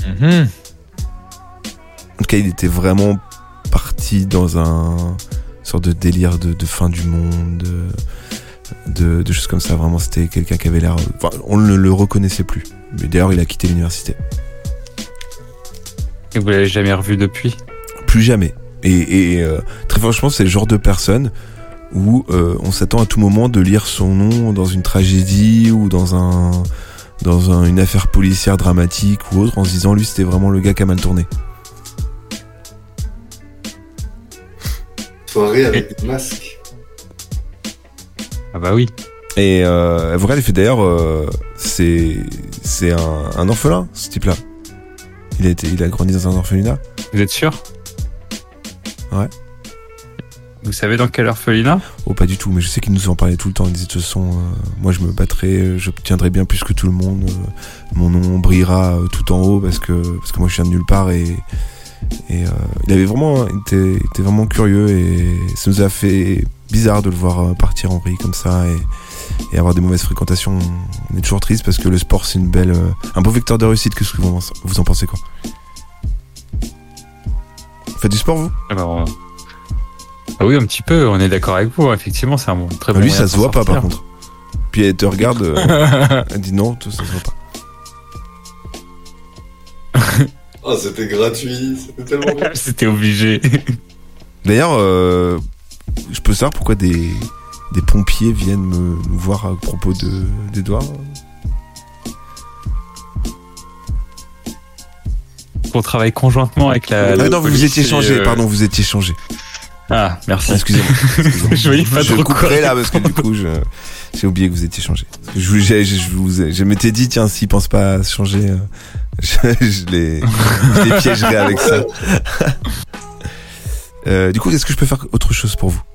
En tout cas, il était vraiment parti dans un sorte de délire de fin du monde, de choses comme ça. Vraiment, c'était quelqu'un qui avait l'air... Enfin, on ne le reconnaissait plus. Mais d'ailleurs, il a quitté l'université. Et vous l'avez jamais revu depuis ? Plus jamais. Et très franchement, c'est le genre de personne où on s'attend à tout moment de lire son nom dans une tragédie ou dans une affaire policière dramatique ou autre, en se disant lui c'était vraiment le gars qui a mal tourné. Soirée avec des masques. Ah bah oui. Et vous regardez, fait d'ailleurs c'est un orphelin ce type-là. Il a grandi dans un orphelinat. Vous êtes sûr ? Ouais. Vous savez dans quel orphelinat ? Oh, pas du tout, mais je sais qu'il nous en parlait tout le temps. Il disait de toute façon, moi je me battrai, j'obtiendrai bien plus que tout le monde. Mon nom brillera tout en haut parce que moi je viens de nulle part et il était vraiment curieux et ça nous a fait bizarre de le voir partir en vrille comme ça et avoir des mauvaises fréquentations. On est toujours triste parce que le sport c'est un beau vecteur de réussite. Qu'est-ce que vous en pensez quoi ? Vous faites du sport, vous? Alors, ah oui, un petit peu, on est d'accord avec vous. Effectivement, c'est un très bon Lui, moyen ça de se s'en voit pas, sortir. par contre. Puis elle te regarde, elle dit non, tout ça se voit pas. Ah, c'était gratuit, c'était tellement bien. C'était obligé. D'ailleurs, je peux savoir pourquoi des pompiers viennent nous voir à propos d'Edouard. On travaille conjointement avec la. Ah la non, vous police étiez et, changé, pardon, vous étiez changé. Ah, merci. Excusez-moi. Je voyais pas Je trop couperai quoi. là parce que du coup, j'ai oublié que vous étiez changé. Je m'étais dit, tiens, s'ils pensent pas à se changer, je les piégerai avec ça. Du coup, est-ce que je peux faire autre chose pour vous?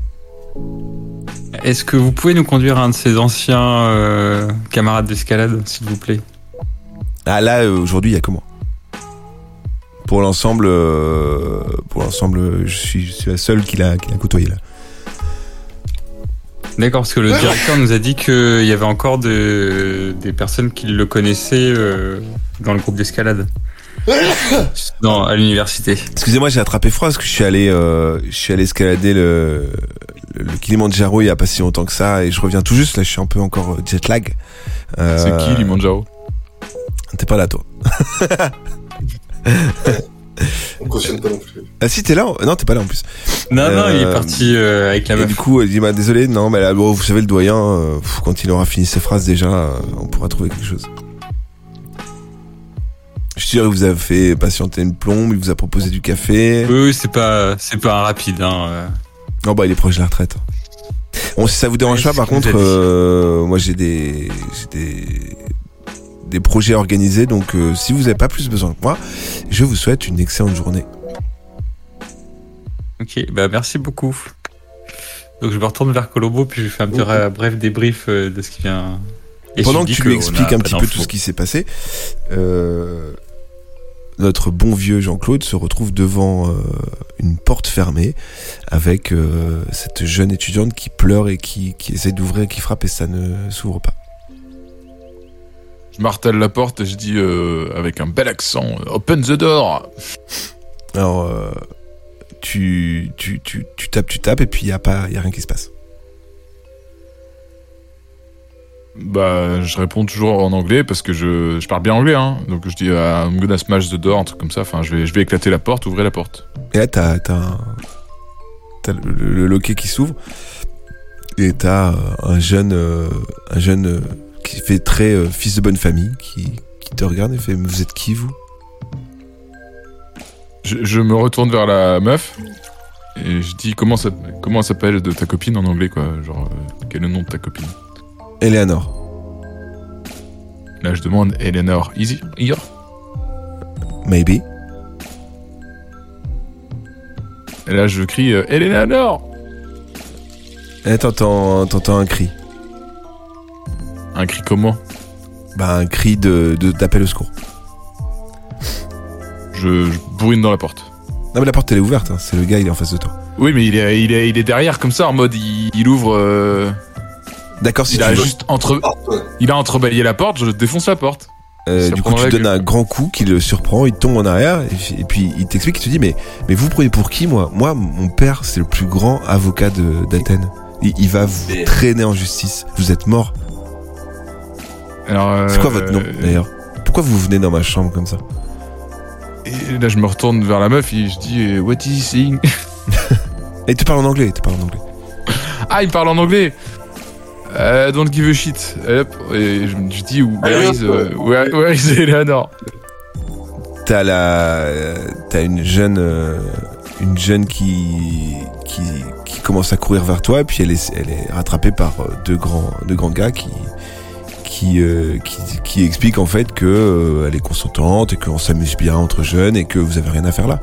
Est-ce que vous pouvez nous conduire à un de ces anciens camarades d'escalade, s'il vous plaît? Ah là, aujourd'hui, il y a que moi. Pour l'ensemble, je suis la seule qui l'a côtoyé là. D'accord, parce que le directeur nous a dit qu'il y avait encore des personnes qui le connaissaient dans le groupe d'escalade. À l'université. Excusez-moi, j'ai attrapé froid parce que je suis allé escalader le Kilimandjaro il y a pas si longtemps que ça et je reviens tout juste là, je suis un peu encore jet lag. C'est qui, Limanjaro? T'es pas là, toi. On cautionne pas non plus. Ah si, t'es là? Non, t'es pas là en plus. Non, il est parti avec la Et meuf. du coup, il dit, désolé, non, mais là, bon, vous savez, le doyen, quand il aura fini ses phrases déjà, on pourra trouver quelque chose. Je suis sûr, il vous a fait patienter une plombe, il vous a proposé du café. Oui, c'est pas un rapide. Hein. Non, il est proche de la retraite. Bon, si ça vous dérange pas, par contre, moi j'ai des projets organisés, donc si vous n'avez pas plus besoin que moi, je vous souhaite une excellente journée. Ok, merci beaucoup. Donc je me retourne vers Colombo, puis je fais un petit bref débrief de ce qui vient. Et pendant je que dis tu lui qu'on expliques a un pas petit peu d'infos. tout ce qui s'est passé, notre bon vieux Jean-Claude se retrouve devant une porte fermée avec cette jeune étudiante qui pleure et qui essaie d'ouvrir, qui frappe et ça ne s'ouvre pas. Je martèle la porte et je dis avec un bel accent « Open the door !» Alors, tu tapes et puis il y a rien qui se passe. Je réponds toujours en anglais parce que je parle bien anglais, hein. Donc je dis I'm gonna smash the door, un truc comme ça. Enfin, je vais éclater la porte, ouvrez la porte. Et là, t'as le loquet qui s'ouvre et t'as un jeune qui fait très fils de bonne famille qui te regarde et fait, mais vous êtes qui, vous? Je me retourne vers la meuf et je dis comment s'appelle de ta copine en anglais, quoi. Genre, quel est le nom de ta copine? Eleanor. Là, je demande Eleanor, is here? Maybe. Et là, je crie Eleanor! Et t'entends un cri. Un cri comment? Un cri d'appel au secours. Je bourrine dans la porte. Non mais la porte elle est ouverte, hein. C'est le gars, il est en face de toi. Oui, mais il est derrière comme ça, en mode il ouvre. D'accord, si il tu a veux. juste il a entrebâillé la porte, je défonce la porte. Du coup, tu donnes un grand coup qui le surprend, il tombe en arrière et puis il t'explique, il te dit mais vous prenez pour qui, moi? Moi, mon père, c'est le plus grand avocat d'Athènes. Il va vous traîner en justice. Vous êtes mort. Alors, c'est quoi votre nom d'ailleurs? Pourquoi vous venez dans ma chambre comme ça? Et là, je me retourne vers la meuf et je dis what is he saying? Et il te parle en anglais, Ah, il parle en anglais. Don't give a shit. Hop, et je dis where is Eleanor? T'as une jeune qui commence à courir vers toi et puis elle est rattrapée par deux grands gars qui expliquent en fait que elle est consentante et qu'on s'amuse bien entre jeunes et que vous avez rien à faire là.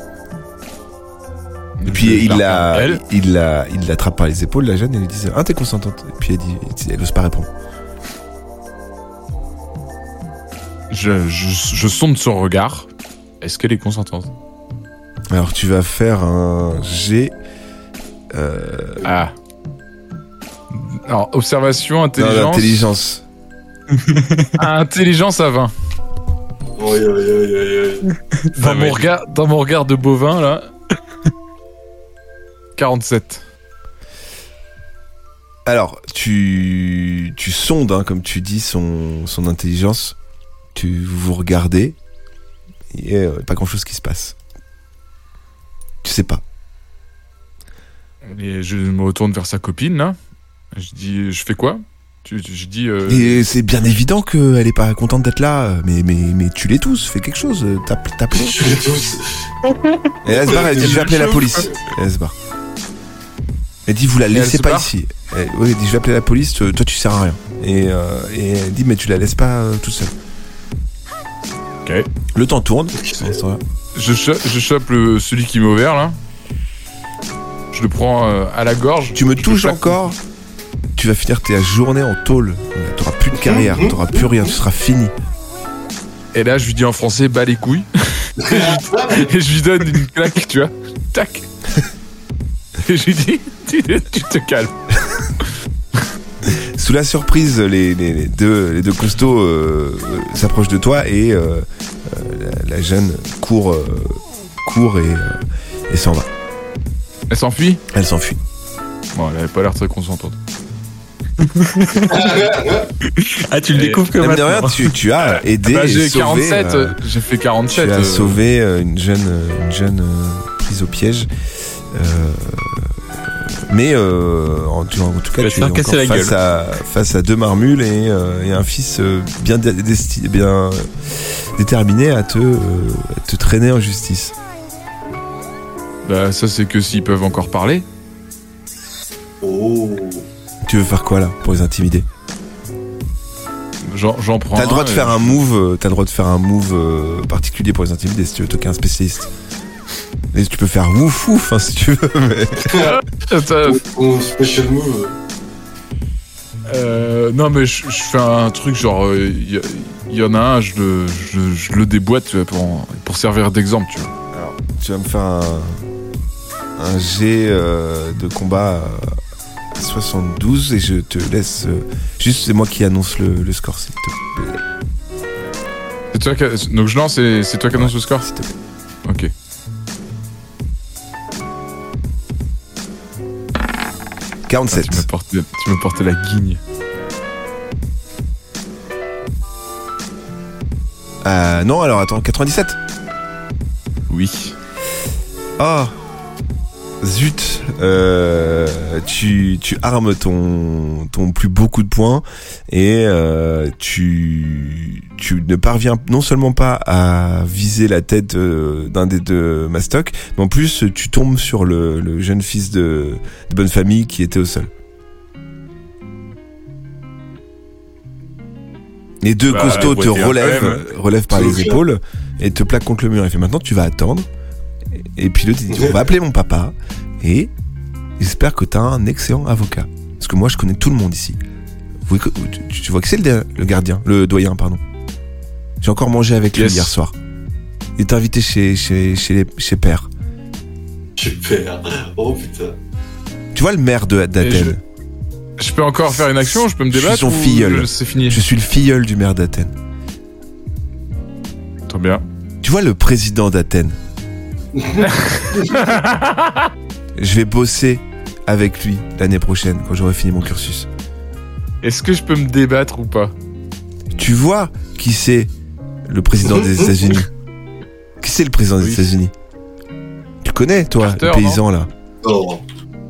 Et puis il l'attrape par les épaules, la jeune, et lui dit t'es consentante? Et puis elle ose pas répondre. Je sonde son regard. Est-ce qu'elle est consentante? Alors tu vas faire un G. Alors observation, intelligence. Non, intelligence. Intelligence à 20. Aïe. Dans mon regard de bovin, là. 47. Alors, tu sondes, hein, comme tu dis, son intelligence. Vous regardez. Il n'y a pas grand-chose qui se passe. Tu sais pas. Et je me retourne vers sa copine, là. Je dis, je fais quoi? Je dis... Et c'est bien évident qu'elle est pas contente d'être là, mais tue-les tous, fais quelque chose, tape-les. Tue-les tous. Et elle se barre, elle dit je vais appeler la police. Et elle se barre. Elle dit vous la laissez pas ici. Oui, elle dit je vais appeler la police, toi tu sers à rien. Et elle dit mais tu la laisses pas tout seul. Ok. Le temps tourne. Je chope celui qui m'est ouvert, là. Je le prends à la gorge. Tu me touches encore. Tu vas finir ta journée en tôle. T'auras plus de carrière, t'auras plus rien, tu seras fini. Et là, je lui dis en français, bas les couilles. Et je lui donne une claque, tu vois. Tac. Et je lui dis, tu te calmes. Sous la surprise, les deux costauds s'approchent de toi et la jeune court et s'en va. Elle s'enfuit? Elle s'enfuit. Bon, elle avait pas l'air très consentante. Ah, tu le découvres comme de rien, tu as aidé. J'ai sauvé, 47. J'ai fait 47. Tu as sauvé une jeune prise au piège. Mais en tout cas, tu es encore face à deux marmules et un fils bien déterminé à te traîner en justice. Bah ça c'est que s'ils peuvent encore parler. Oh. Tu veux faire quoi là pour les intimider? J'en prends. T'as le droit de faire un move. T'as le droit de faire un move particulier pour les intimider si tu veux toquer un spécialiste. Et tu peux faire ouf hein, si tu veux. Mais... Special move. Non mais je fais un truc genre il y en a un, je le déboîte tu vois, pour servir d'exemple tu vois. Alors tu vas me faire un jet de combat 72 et je te laisse juste c'est moi qui annonce le score s'il te plaît. C'est toi donc je lance et c'est toi qui annonce le score s'il te plaît. Ok. « 47. Ah, tu me portes la guigne. Non, alors attends, 97. Oui. Oh zut, tu armes ton plus beau coup de poing et tu ne parviens non seulement pas à viser la tête d'un des deux mastocs, mais en plus tu tombes sur le jeune fils de bonne famille qui était au sol. Les deux costauds te relèvent par les épaules et te plaquent contre le mur. Il fait maintenant tu vas attendre. Et puis l'autre il dit on va appeler mon papa et j'espère que t'as un excellent avocat parce que moi je connais tout le monde ici. Tu vois que c'est le doyen pardon. J'ai encore mangé avec lui hier soir. Il est invité chez Père. Chez Père. Oh putain. Tu vois le maire d'Athènes. Je peux encore faire une action, je peux me débattre. Je suis son filleul. C'est fini. Je suis le filleul du maire d'Athènes. Très bien. Tu vois le président d'Athènes. Je vais bosser avec lui l'année prochaine quand j'aurai fini mon cursus. Est-ce que je peux me débattre ou pas? Tu vois qui c'est le président des États-Unis? Qui c'est le président des États-Unis? Tu connais toi Carter, le paysan non là? Non.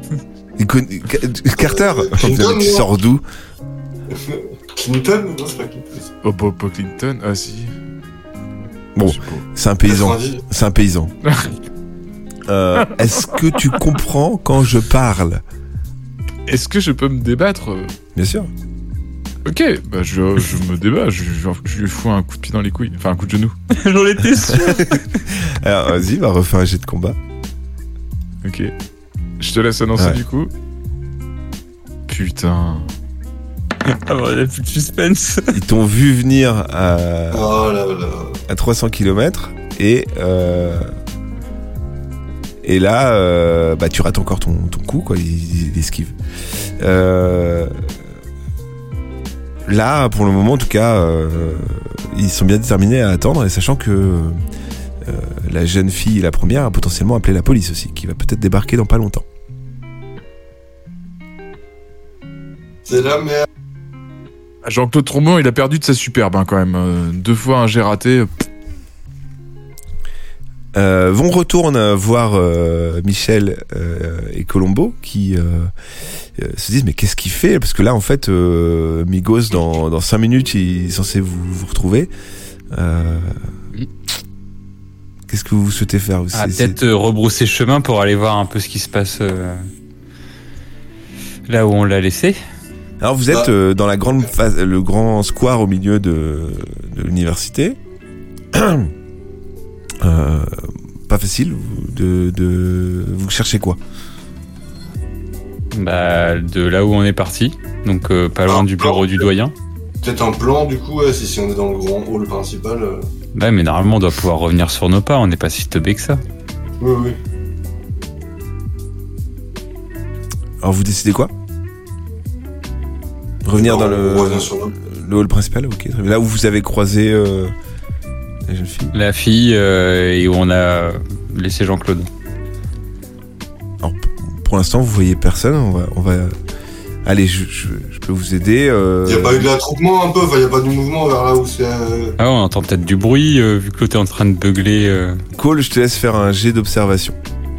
Carter. Clinton, tu sors d'où? Clinton? Non, c'est pas Clinton. Oh, pas Clinton. Ah si. Bon, c'est un paysan. C'est un paysan. Est-ce que tu comprends quand je parle? Est-ce que je peux me débattre? Bien sûr. Ok, bah je me débat, je lui fous un coup de pied dans les couilles, enfin un coup de genou. J'en étais sûr. Alors vas-y, va refaire un jet de combat. Ok. Je te laisse annoncer du coup. Putain. Ah bon, il n'y a plus de suspense. Ils t'ont vu venir à 300 km et là, bah, tu rates encore ton coup, quoi. Il esquive. Là, pour le moment, en tout cas, ils sont bien déterminés à attendre, et sachant que la jeune fille, la première, a potentiellement appelé la police aussi, qui va peut-être débarquer dans pas longtemps. C'est la merde. Jean-Claude Trombon, il a perdu de sa superbe quand même. 2 fois un jet raté. Vont retourne voir Michel et Colombo qui se disent mais qu'est-ce qu'il fait, parce que là en fait Migos dans 5 minutes il est censé vous retrouver. Qu'est-ce que vous souhaitez faire? Peut-être rebrousser chemin pour aller voir un peu ce qui se passe là où on l'a laissé. Alors vous êtes dans la grande le grand square au milieu de l'université. Pas facile vous cherchez quoi? De là où on est parti, donc pas loin du bureau du doyen. Peut-être un plan du coup, si on est dans le grand hall principal. Ouais, mais normalement on doit pouvoir revenir sur nos pas, on n'est pas si teubé que ça. Oui. Alors vous décidez quoi? Revenir dans le hall principal, ok. Là où vous avez croisé la jeune fille. La fille et où on a laissé Jean-Claude. Alors, pour l'instant, vous voyez personne. On va... Allez, je peux vous aider. Il n'y a pas eu de l'attroupement un peu, il n'y a pas de mouvement vers là où c'est... Ah, on entend peut-être du bruit vu que l'autre est en train de beugler. Cole, je te laisse faire un jet d'observation.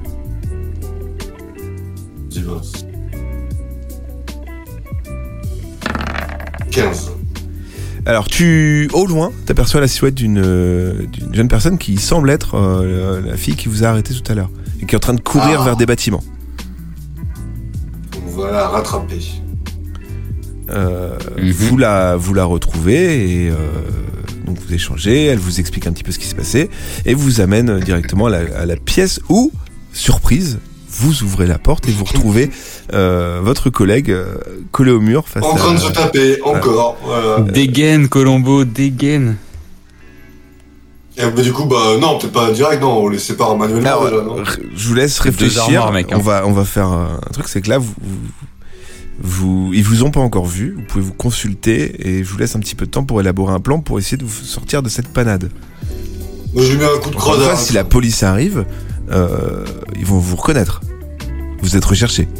15. Alors, au loin, t'aperçois la silhouette d'une jeune personne qui semble être la fille qui vous a arrêté tout à l'heure et qui est en train de courir vers des bâtiments. On va la rattraper. Vous la retrouvez et donc vous échangez, elle vous explique un petit peu ce qui s'est passé et vous amène directement à la pièce où, surprise, vous ouvrez la porte et vous retrouvez votre collègue collé au mur face en train de se taper, encore. Voilà. Dégaine, Colombo, dégaine. Et du coup, non, peut-être pas direct, non, on les sépare manuellement déjà, non. Je vous laisse réfléchir. Armoires, mec, hein. On va faire un truc, c'est que là, ils vous ont pas encore vu, vous pouvez vous consulter et je vous laisse un petit peu de temps pour élaborer un plan pour essayer de vous sortir de cette panade. Moi, je lui mets un coup de crosse. Si la police arrive, ils vont vous reconnaître. Vous êtes recherché.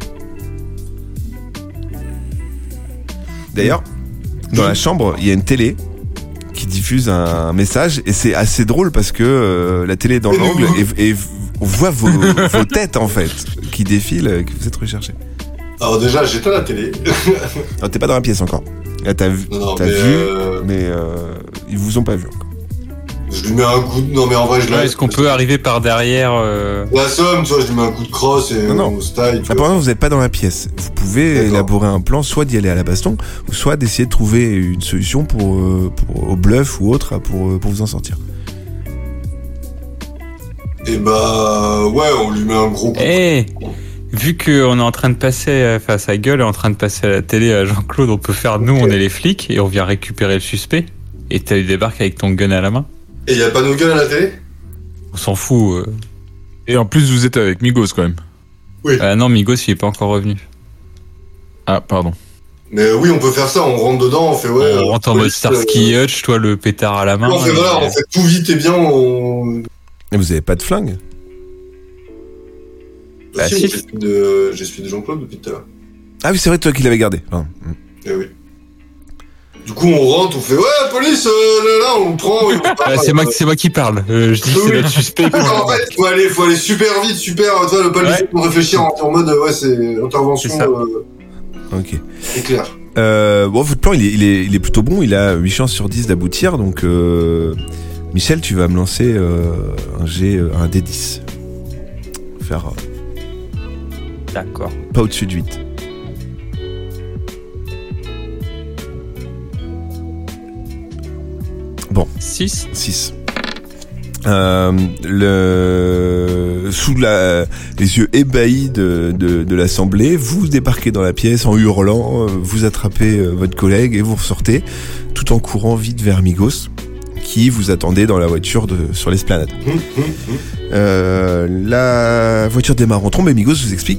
D'ailleurs, dans la chambre, il y a une télé qui diffuse un message et c'est assez drôle parce que la télé est dans l'angle et on voit vos têtes en fait qui défilent, que vous êtes recherché. Alors déjà, j'éteins la télé. Alors t'es pas dans la pièce encore. Là t'as vu, mais ils vous ont pas vu encore. Je lui mets un coup de... Non mais en vrai je Est-ce qu'on peut arriver par derrière La somme, tu vois, je lui mets un coup de crosse et on se taille. Pour l'instant, vous n'êtes pas dans la pièce. Vous pouvez élaborer un plan, soit d'y aller à la baston, ou soit d'essayer de trouver une solution pour au bluff ou autre pour vous en sortir. Et on lui met un gros coup. Vu qu'on est en train de passer, sa gueule est en train de passer à la télé à Jean-Claude, on peut faire, nous on est les flics et on vient récupérer le suspect. Et tu débarques avec ton gun à la main. Et y a pas nos guns à la télé? On s'en fout. Et en plus, vous êtes avec Migos quand même. Oui. Non, Migos, il est pas encore revenu. Ah, pardon. Mais oui, on peut faire ça, on rentre dedans, on fait on rentre en mode Starsky Hutch, toi le pétard à la main. On fait tout vite et bien, Et vous avez pas de flingue? Si. J'ai suivi de Jean-Claude depuis tout à l'heure. Ah oui, c'est vrai, toi qui l'avais gardé. Eh oui. Du coup, on rentre, on fait police, là, on prend. C'est moi qui parle. Je dis que c'est notre suspect. En fait, faut aller super vite, tu vois, pas laisser pour réfléchir en mode, c'est intervention. C'est ça. Ok. C'est clair. Votre plan, il est plutôt bon. Il a 8 chances sur 10 d'aboutir. Donc, Michel, tu vas me lancer un D10. Faire. D'accord. Pas au-dessus de 8. Bon. 6. Sous les yeux ébahis de l'assemblée, vous débarquez dans la pièce en hurlant, vous attrapez votre collègue et vous ressortez tout en courant vite vers Migos qui vous attendait dans la voiture sur l'esplanade. La voiture démarre en trombe et Migos vous explique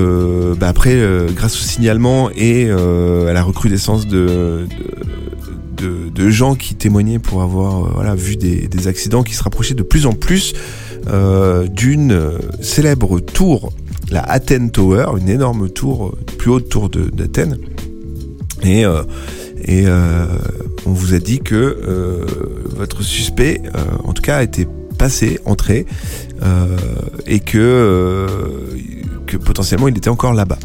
grâce au signalement et à la recrudescence de gens qui témoignaient pour avoir vu des accidents qui se rapprochaient de plus en plus d'une célèbre tour, la Athene Tower, une énorme tour, plus haute tour d'Athènes. Et on vous a dit que votre suspect, en tout cas, a été entré, et que potentiellement il était encore là-bas.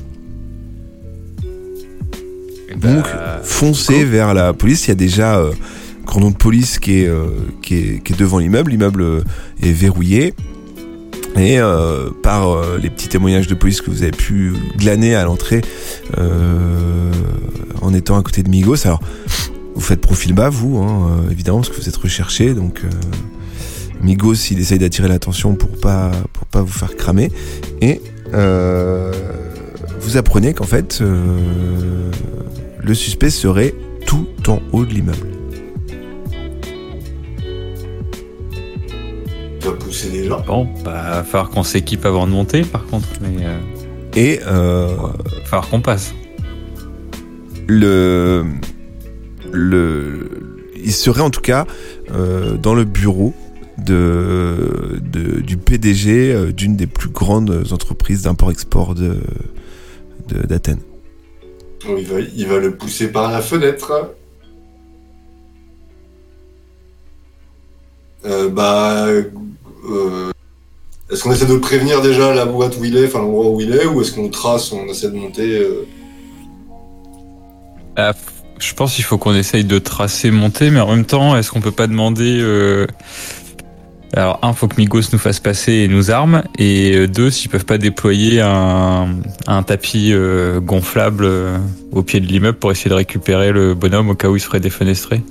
Donc, foncez vers la police. Il y a déjà un cordon de police qui est devant l'immeuble. L'immeuble est verrouillé. Et par les petits témoignages de police que vous avez pu glaner à l'entrée en étant à côté de Migos. Alors, vous faites profil bas, vous, évidemment, parce que vous êtes recherché. Donc, Migos, il essaye d'attirer l'attention pour pas vous faire cramer. Et vous apprenez qu'en fait, le suspect serait tout en haut de l'immeuble. Il va pousser des gens. Bon, va falloir qu'on s'équipe avant de monter, par contre. Mais Et va falloir qu'on passe. il serait en tout cas dans le bureau du PDG d'une des plus grandes entreprises d'import-export d'Athènes. Il va le pousser par la fenêtre. Est-ce qu'on essaie de prévenir déjà la boîte où il est, enfin l'endroit où il est, ou est-ce qu'on trace, on essaie de monter Je pense qu'il faut qu'on essaye de tracer, monter, mais en même temps, est-ce qu'on peut pas demander... Alors, faut que Migos nous fasse passer et nous arme, et deux, s'ils peuvent pas déployer un tapis gonflable au pied de l'immeuble pour essayer de récupérer le bonhomme au cas où il se ferait défenestrer.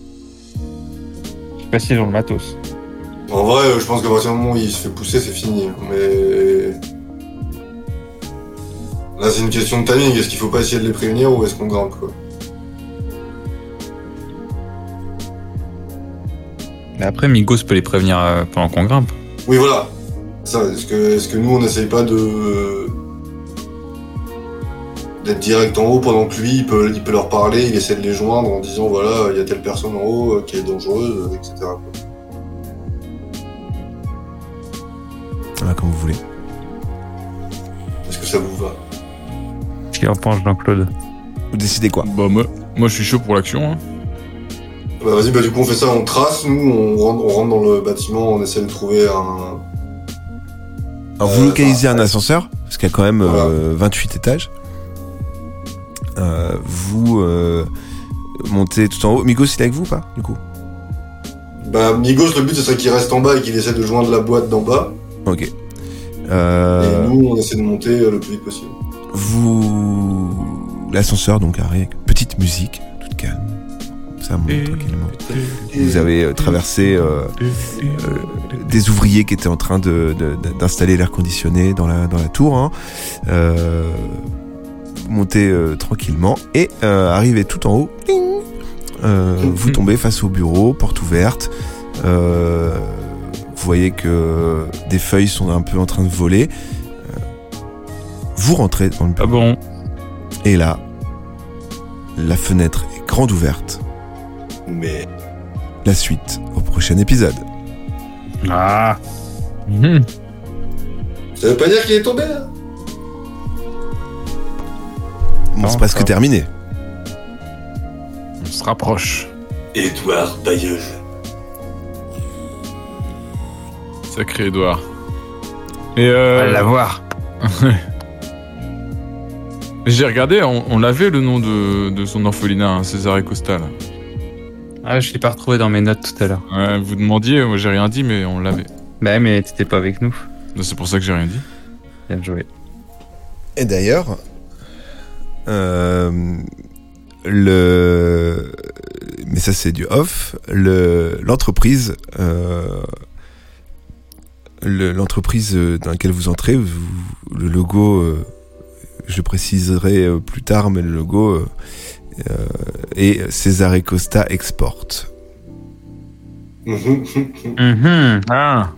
Je sais pas s'ils ont le matos. En vrai, je pense qu'à partir du moment où il se fait pousser, c'est fini. Mais là, c'est une question de timing. Est-ce qu'il faut pas essayer de les prévenir ou est-ce qu'on grimpe, quoi? Mais après, Migos peut les prévenir pendant qu'on grimpe. Oui, voilà. Ça, est-ce que nous, on n'essaye pas d'être direct en haut pendant que lui, il peut leur parler, il essaie de les joindre en disant voilà, il y a telle personne en haut qui est dangereuse, etc. quoi. Voilà, comme vous voulez. Est-ce que ça vous va? Ce qu'il en pense, Jean-Claude. Vous décidez quoi? Bah, moi, je suis chaud pour l'action. Hein. Bah vas-y, du coup on fait ça, on trace, nous on rentre dans le bâtiment, on essaie de trouver un... Alors vous localisez un ascenseur, parce qu'il y a quand même 28 étages. Vous montez tout en haut. Migos, il est avec vous ou pas, du coup? Bah Migos, le but ce serait qu'il reste en bas et qu'il essaie de joindre la boîte d'en bas. Ok. Et nous on essaie de monter le plus vite possible. L'ascenseur donc arrive avec petite musique, toute calme. Ça monte tranquillement. Vous avez traversé des ouvriers qui étaient en train d'installer l'air conditionné dans la tour. Hein. Vous montez tranquillement et arrivez tout en haut. Vous tombez face au bureau, porte ouverte. Vous voyez que des feuilles sont un peu en train de voler. Vous rentrez dans le bureau. Ah bon? Et là, la fenêtre est grande ouverte. Mais... La suite au prochain épisode. Ah. Ça veut pas dire qu'il est tombé là? Bon, c'est presque terminé. On se rapproche. Édouard Bayeul. Sacré Édouard. Et On va l'avoir. J'ai regardé, on l'avait le nom de son orphelinat, hein, César Costa, là. Ah, je l'ai pas retrouvé dans mes notes tout à l'heure. Ouais, vous demandiez, moi j'ai rien dit, mais on l'avait. Bah, mais t'étais pas avec nous. C'est pour ça que j'ai rien dit. Bien joué. Et d'ailleurs, mais ça c'est du off, l'entreprise dans laquelle vous entrez, le logo, je le préciserai plus tard, mais le logo est César Costa Export. Ah.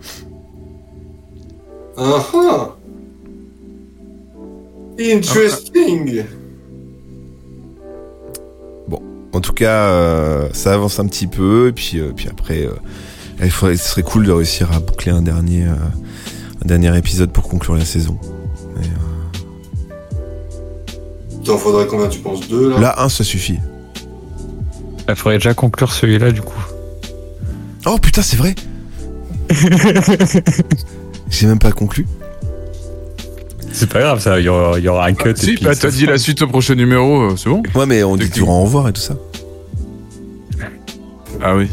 Interesting. En En tout cas, ça avance un petit peu, et puis après, ce serait cool de réussir à boucler un dernier épisode pour conclure la saison. T'en faudrait combien, tu penses, 2 là? Là, 1, ça suffit. Il faudrait déjà conclure celui-là, du coup. Oh putain, c'est vrai. J'ai même pas conclu. C'est pas grave, ça, il y aura un cut. Si, bah t'as dit la suite au prochain numéro, c'est bon? Ouais, mais on dit toujours au revoir et tout ça. Ah oui.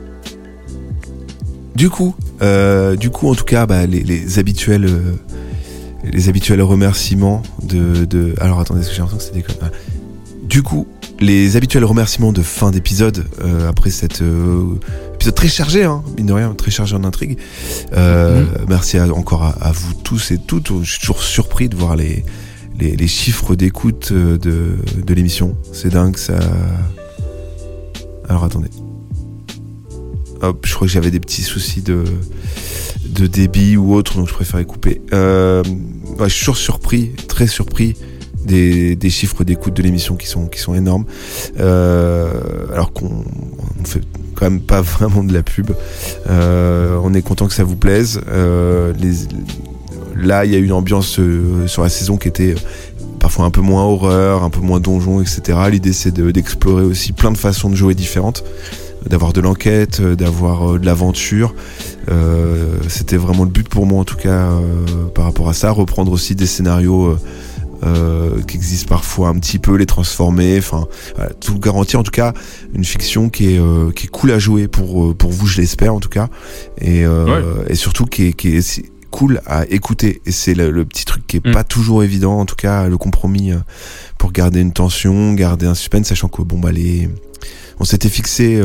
Du coup, en tout cas, bah, les habituels remerciements de. Alors attendez, parce que j'ai l'impression que c'est des connes. Du coup, les habituels remerciements de fin d'épisode après cet épisode très chargé, hein, mine de rien, très chargé en intrigue. Merci encore à vous tous et toutes. Je suis toujours surpris de voir les chiffres d'écoute de l'émission. C'est dingue, ça. Alors attendez. Hop, je crois que j'avais des petits soucis de débit ou autre, donc je préférais couper. Je suis toujours surpris, très surpris des chiffres d'écoute de l'émission qui sont énormes. Alors qu'on fait quand même pas vraiment de la pub. On est content que ça vous plaise. Là, il y a une ambiance sur la saison qui était parfois un peu moins horreur, un peu moins donjon, etc. L'idée, c'est d'explorer aussi plein de façons de jouer différentes. D'avoir de l'enquête, d'avoir de l'aventure. C'était vraiment le but pour moi, en tout cas, par rapport à ça. Reprendre aussi des scénarios qui existent parfois un petit peu, les transformer. Enfin, voilà, tout garantir, en tout cas, une fiction qui est cool à jouer pour vous, je l'espère, en tout cas. Et surtout qui est cool à écouter. Et c'est le petit truc qui est pas toujours évident, en tout cas, le compromis pour garder une tension, garder un suspense, sachant que, bon, bah, on s'était fixé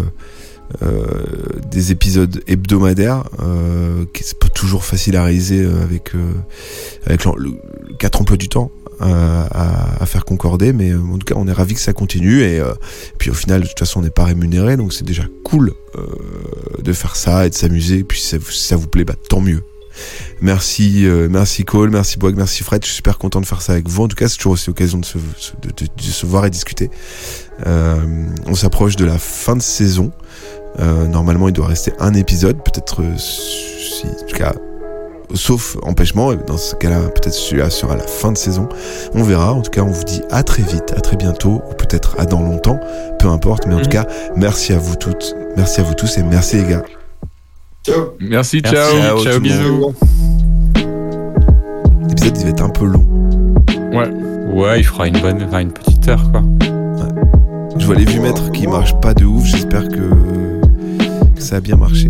des épisodes hebdomadaires qui c'est pas toujours facile à réaliser avec le 4 emplois du temps à faire concorder, mais en tout cas on est ravis que ça continue et puis au final de toute façon on n'est pas rémunéré, donc c'est déjà cool de faire ça et de s'amuser, et puis si ça vous plaît, bah tant mieux. Merci Cole, merci Boag, merci Fred, je suis super content de faire ça avec vous. En tout cas, c'est toujours aussi l'occasion de se voir et discuter. On s'approche de la fin de saison. Normalement, il doit rester un épisode, peut-être en tout cas, sauf empêchement. Dans ce cas-là, peut-être celui-là sera la fin de saison. On verra. En tout cas, on vous dit à très vite, à très bientôt, ou peut-être à dans longtemps, peu importe. Mais en tout cas, merci à vous toutes, merci à vous tous et merci les gars. Ciao. Merci, ciao. Ciao, bisous. L'épisode il va être un peu long. Ouais, il fera une petite heure, quoi. Je vois les vues mètres qui marchent pas de ouf. J'espère que ça a bien marché.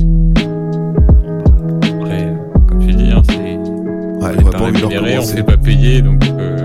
Après, comme tu dis, hein, c'est. Ouais, on n'est pas rémunéré, on ne fait pas payer, donc.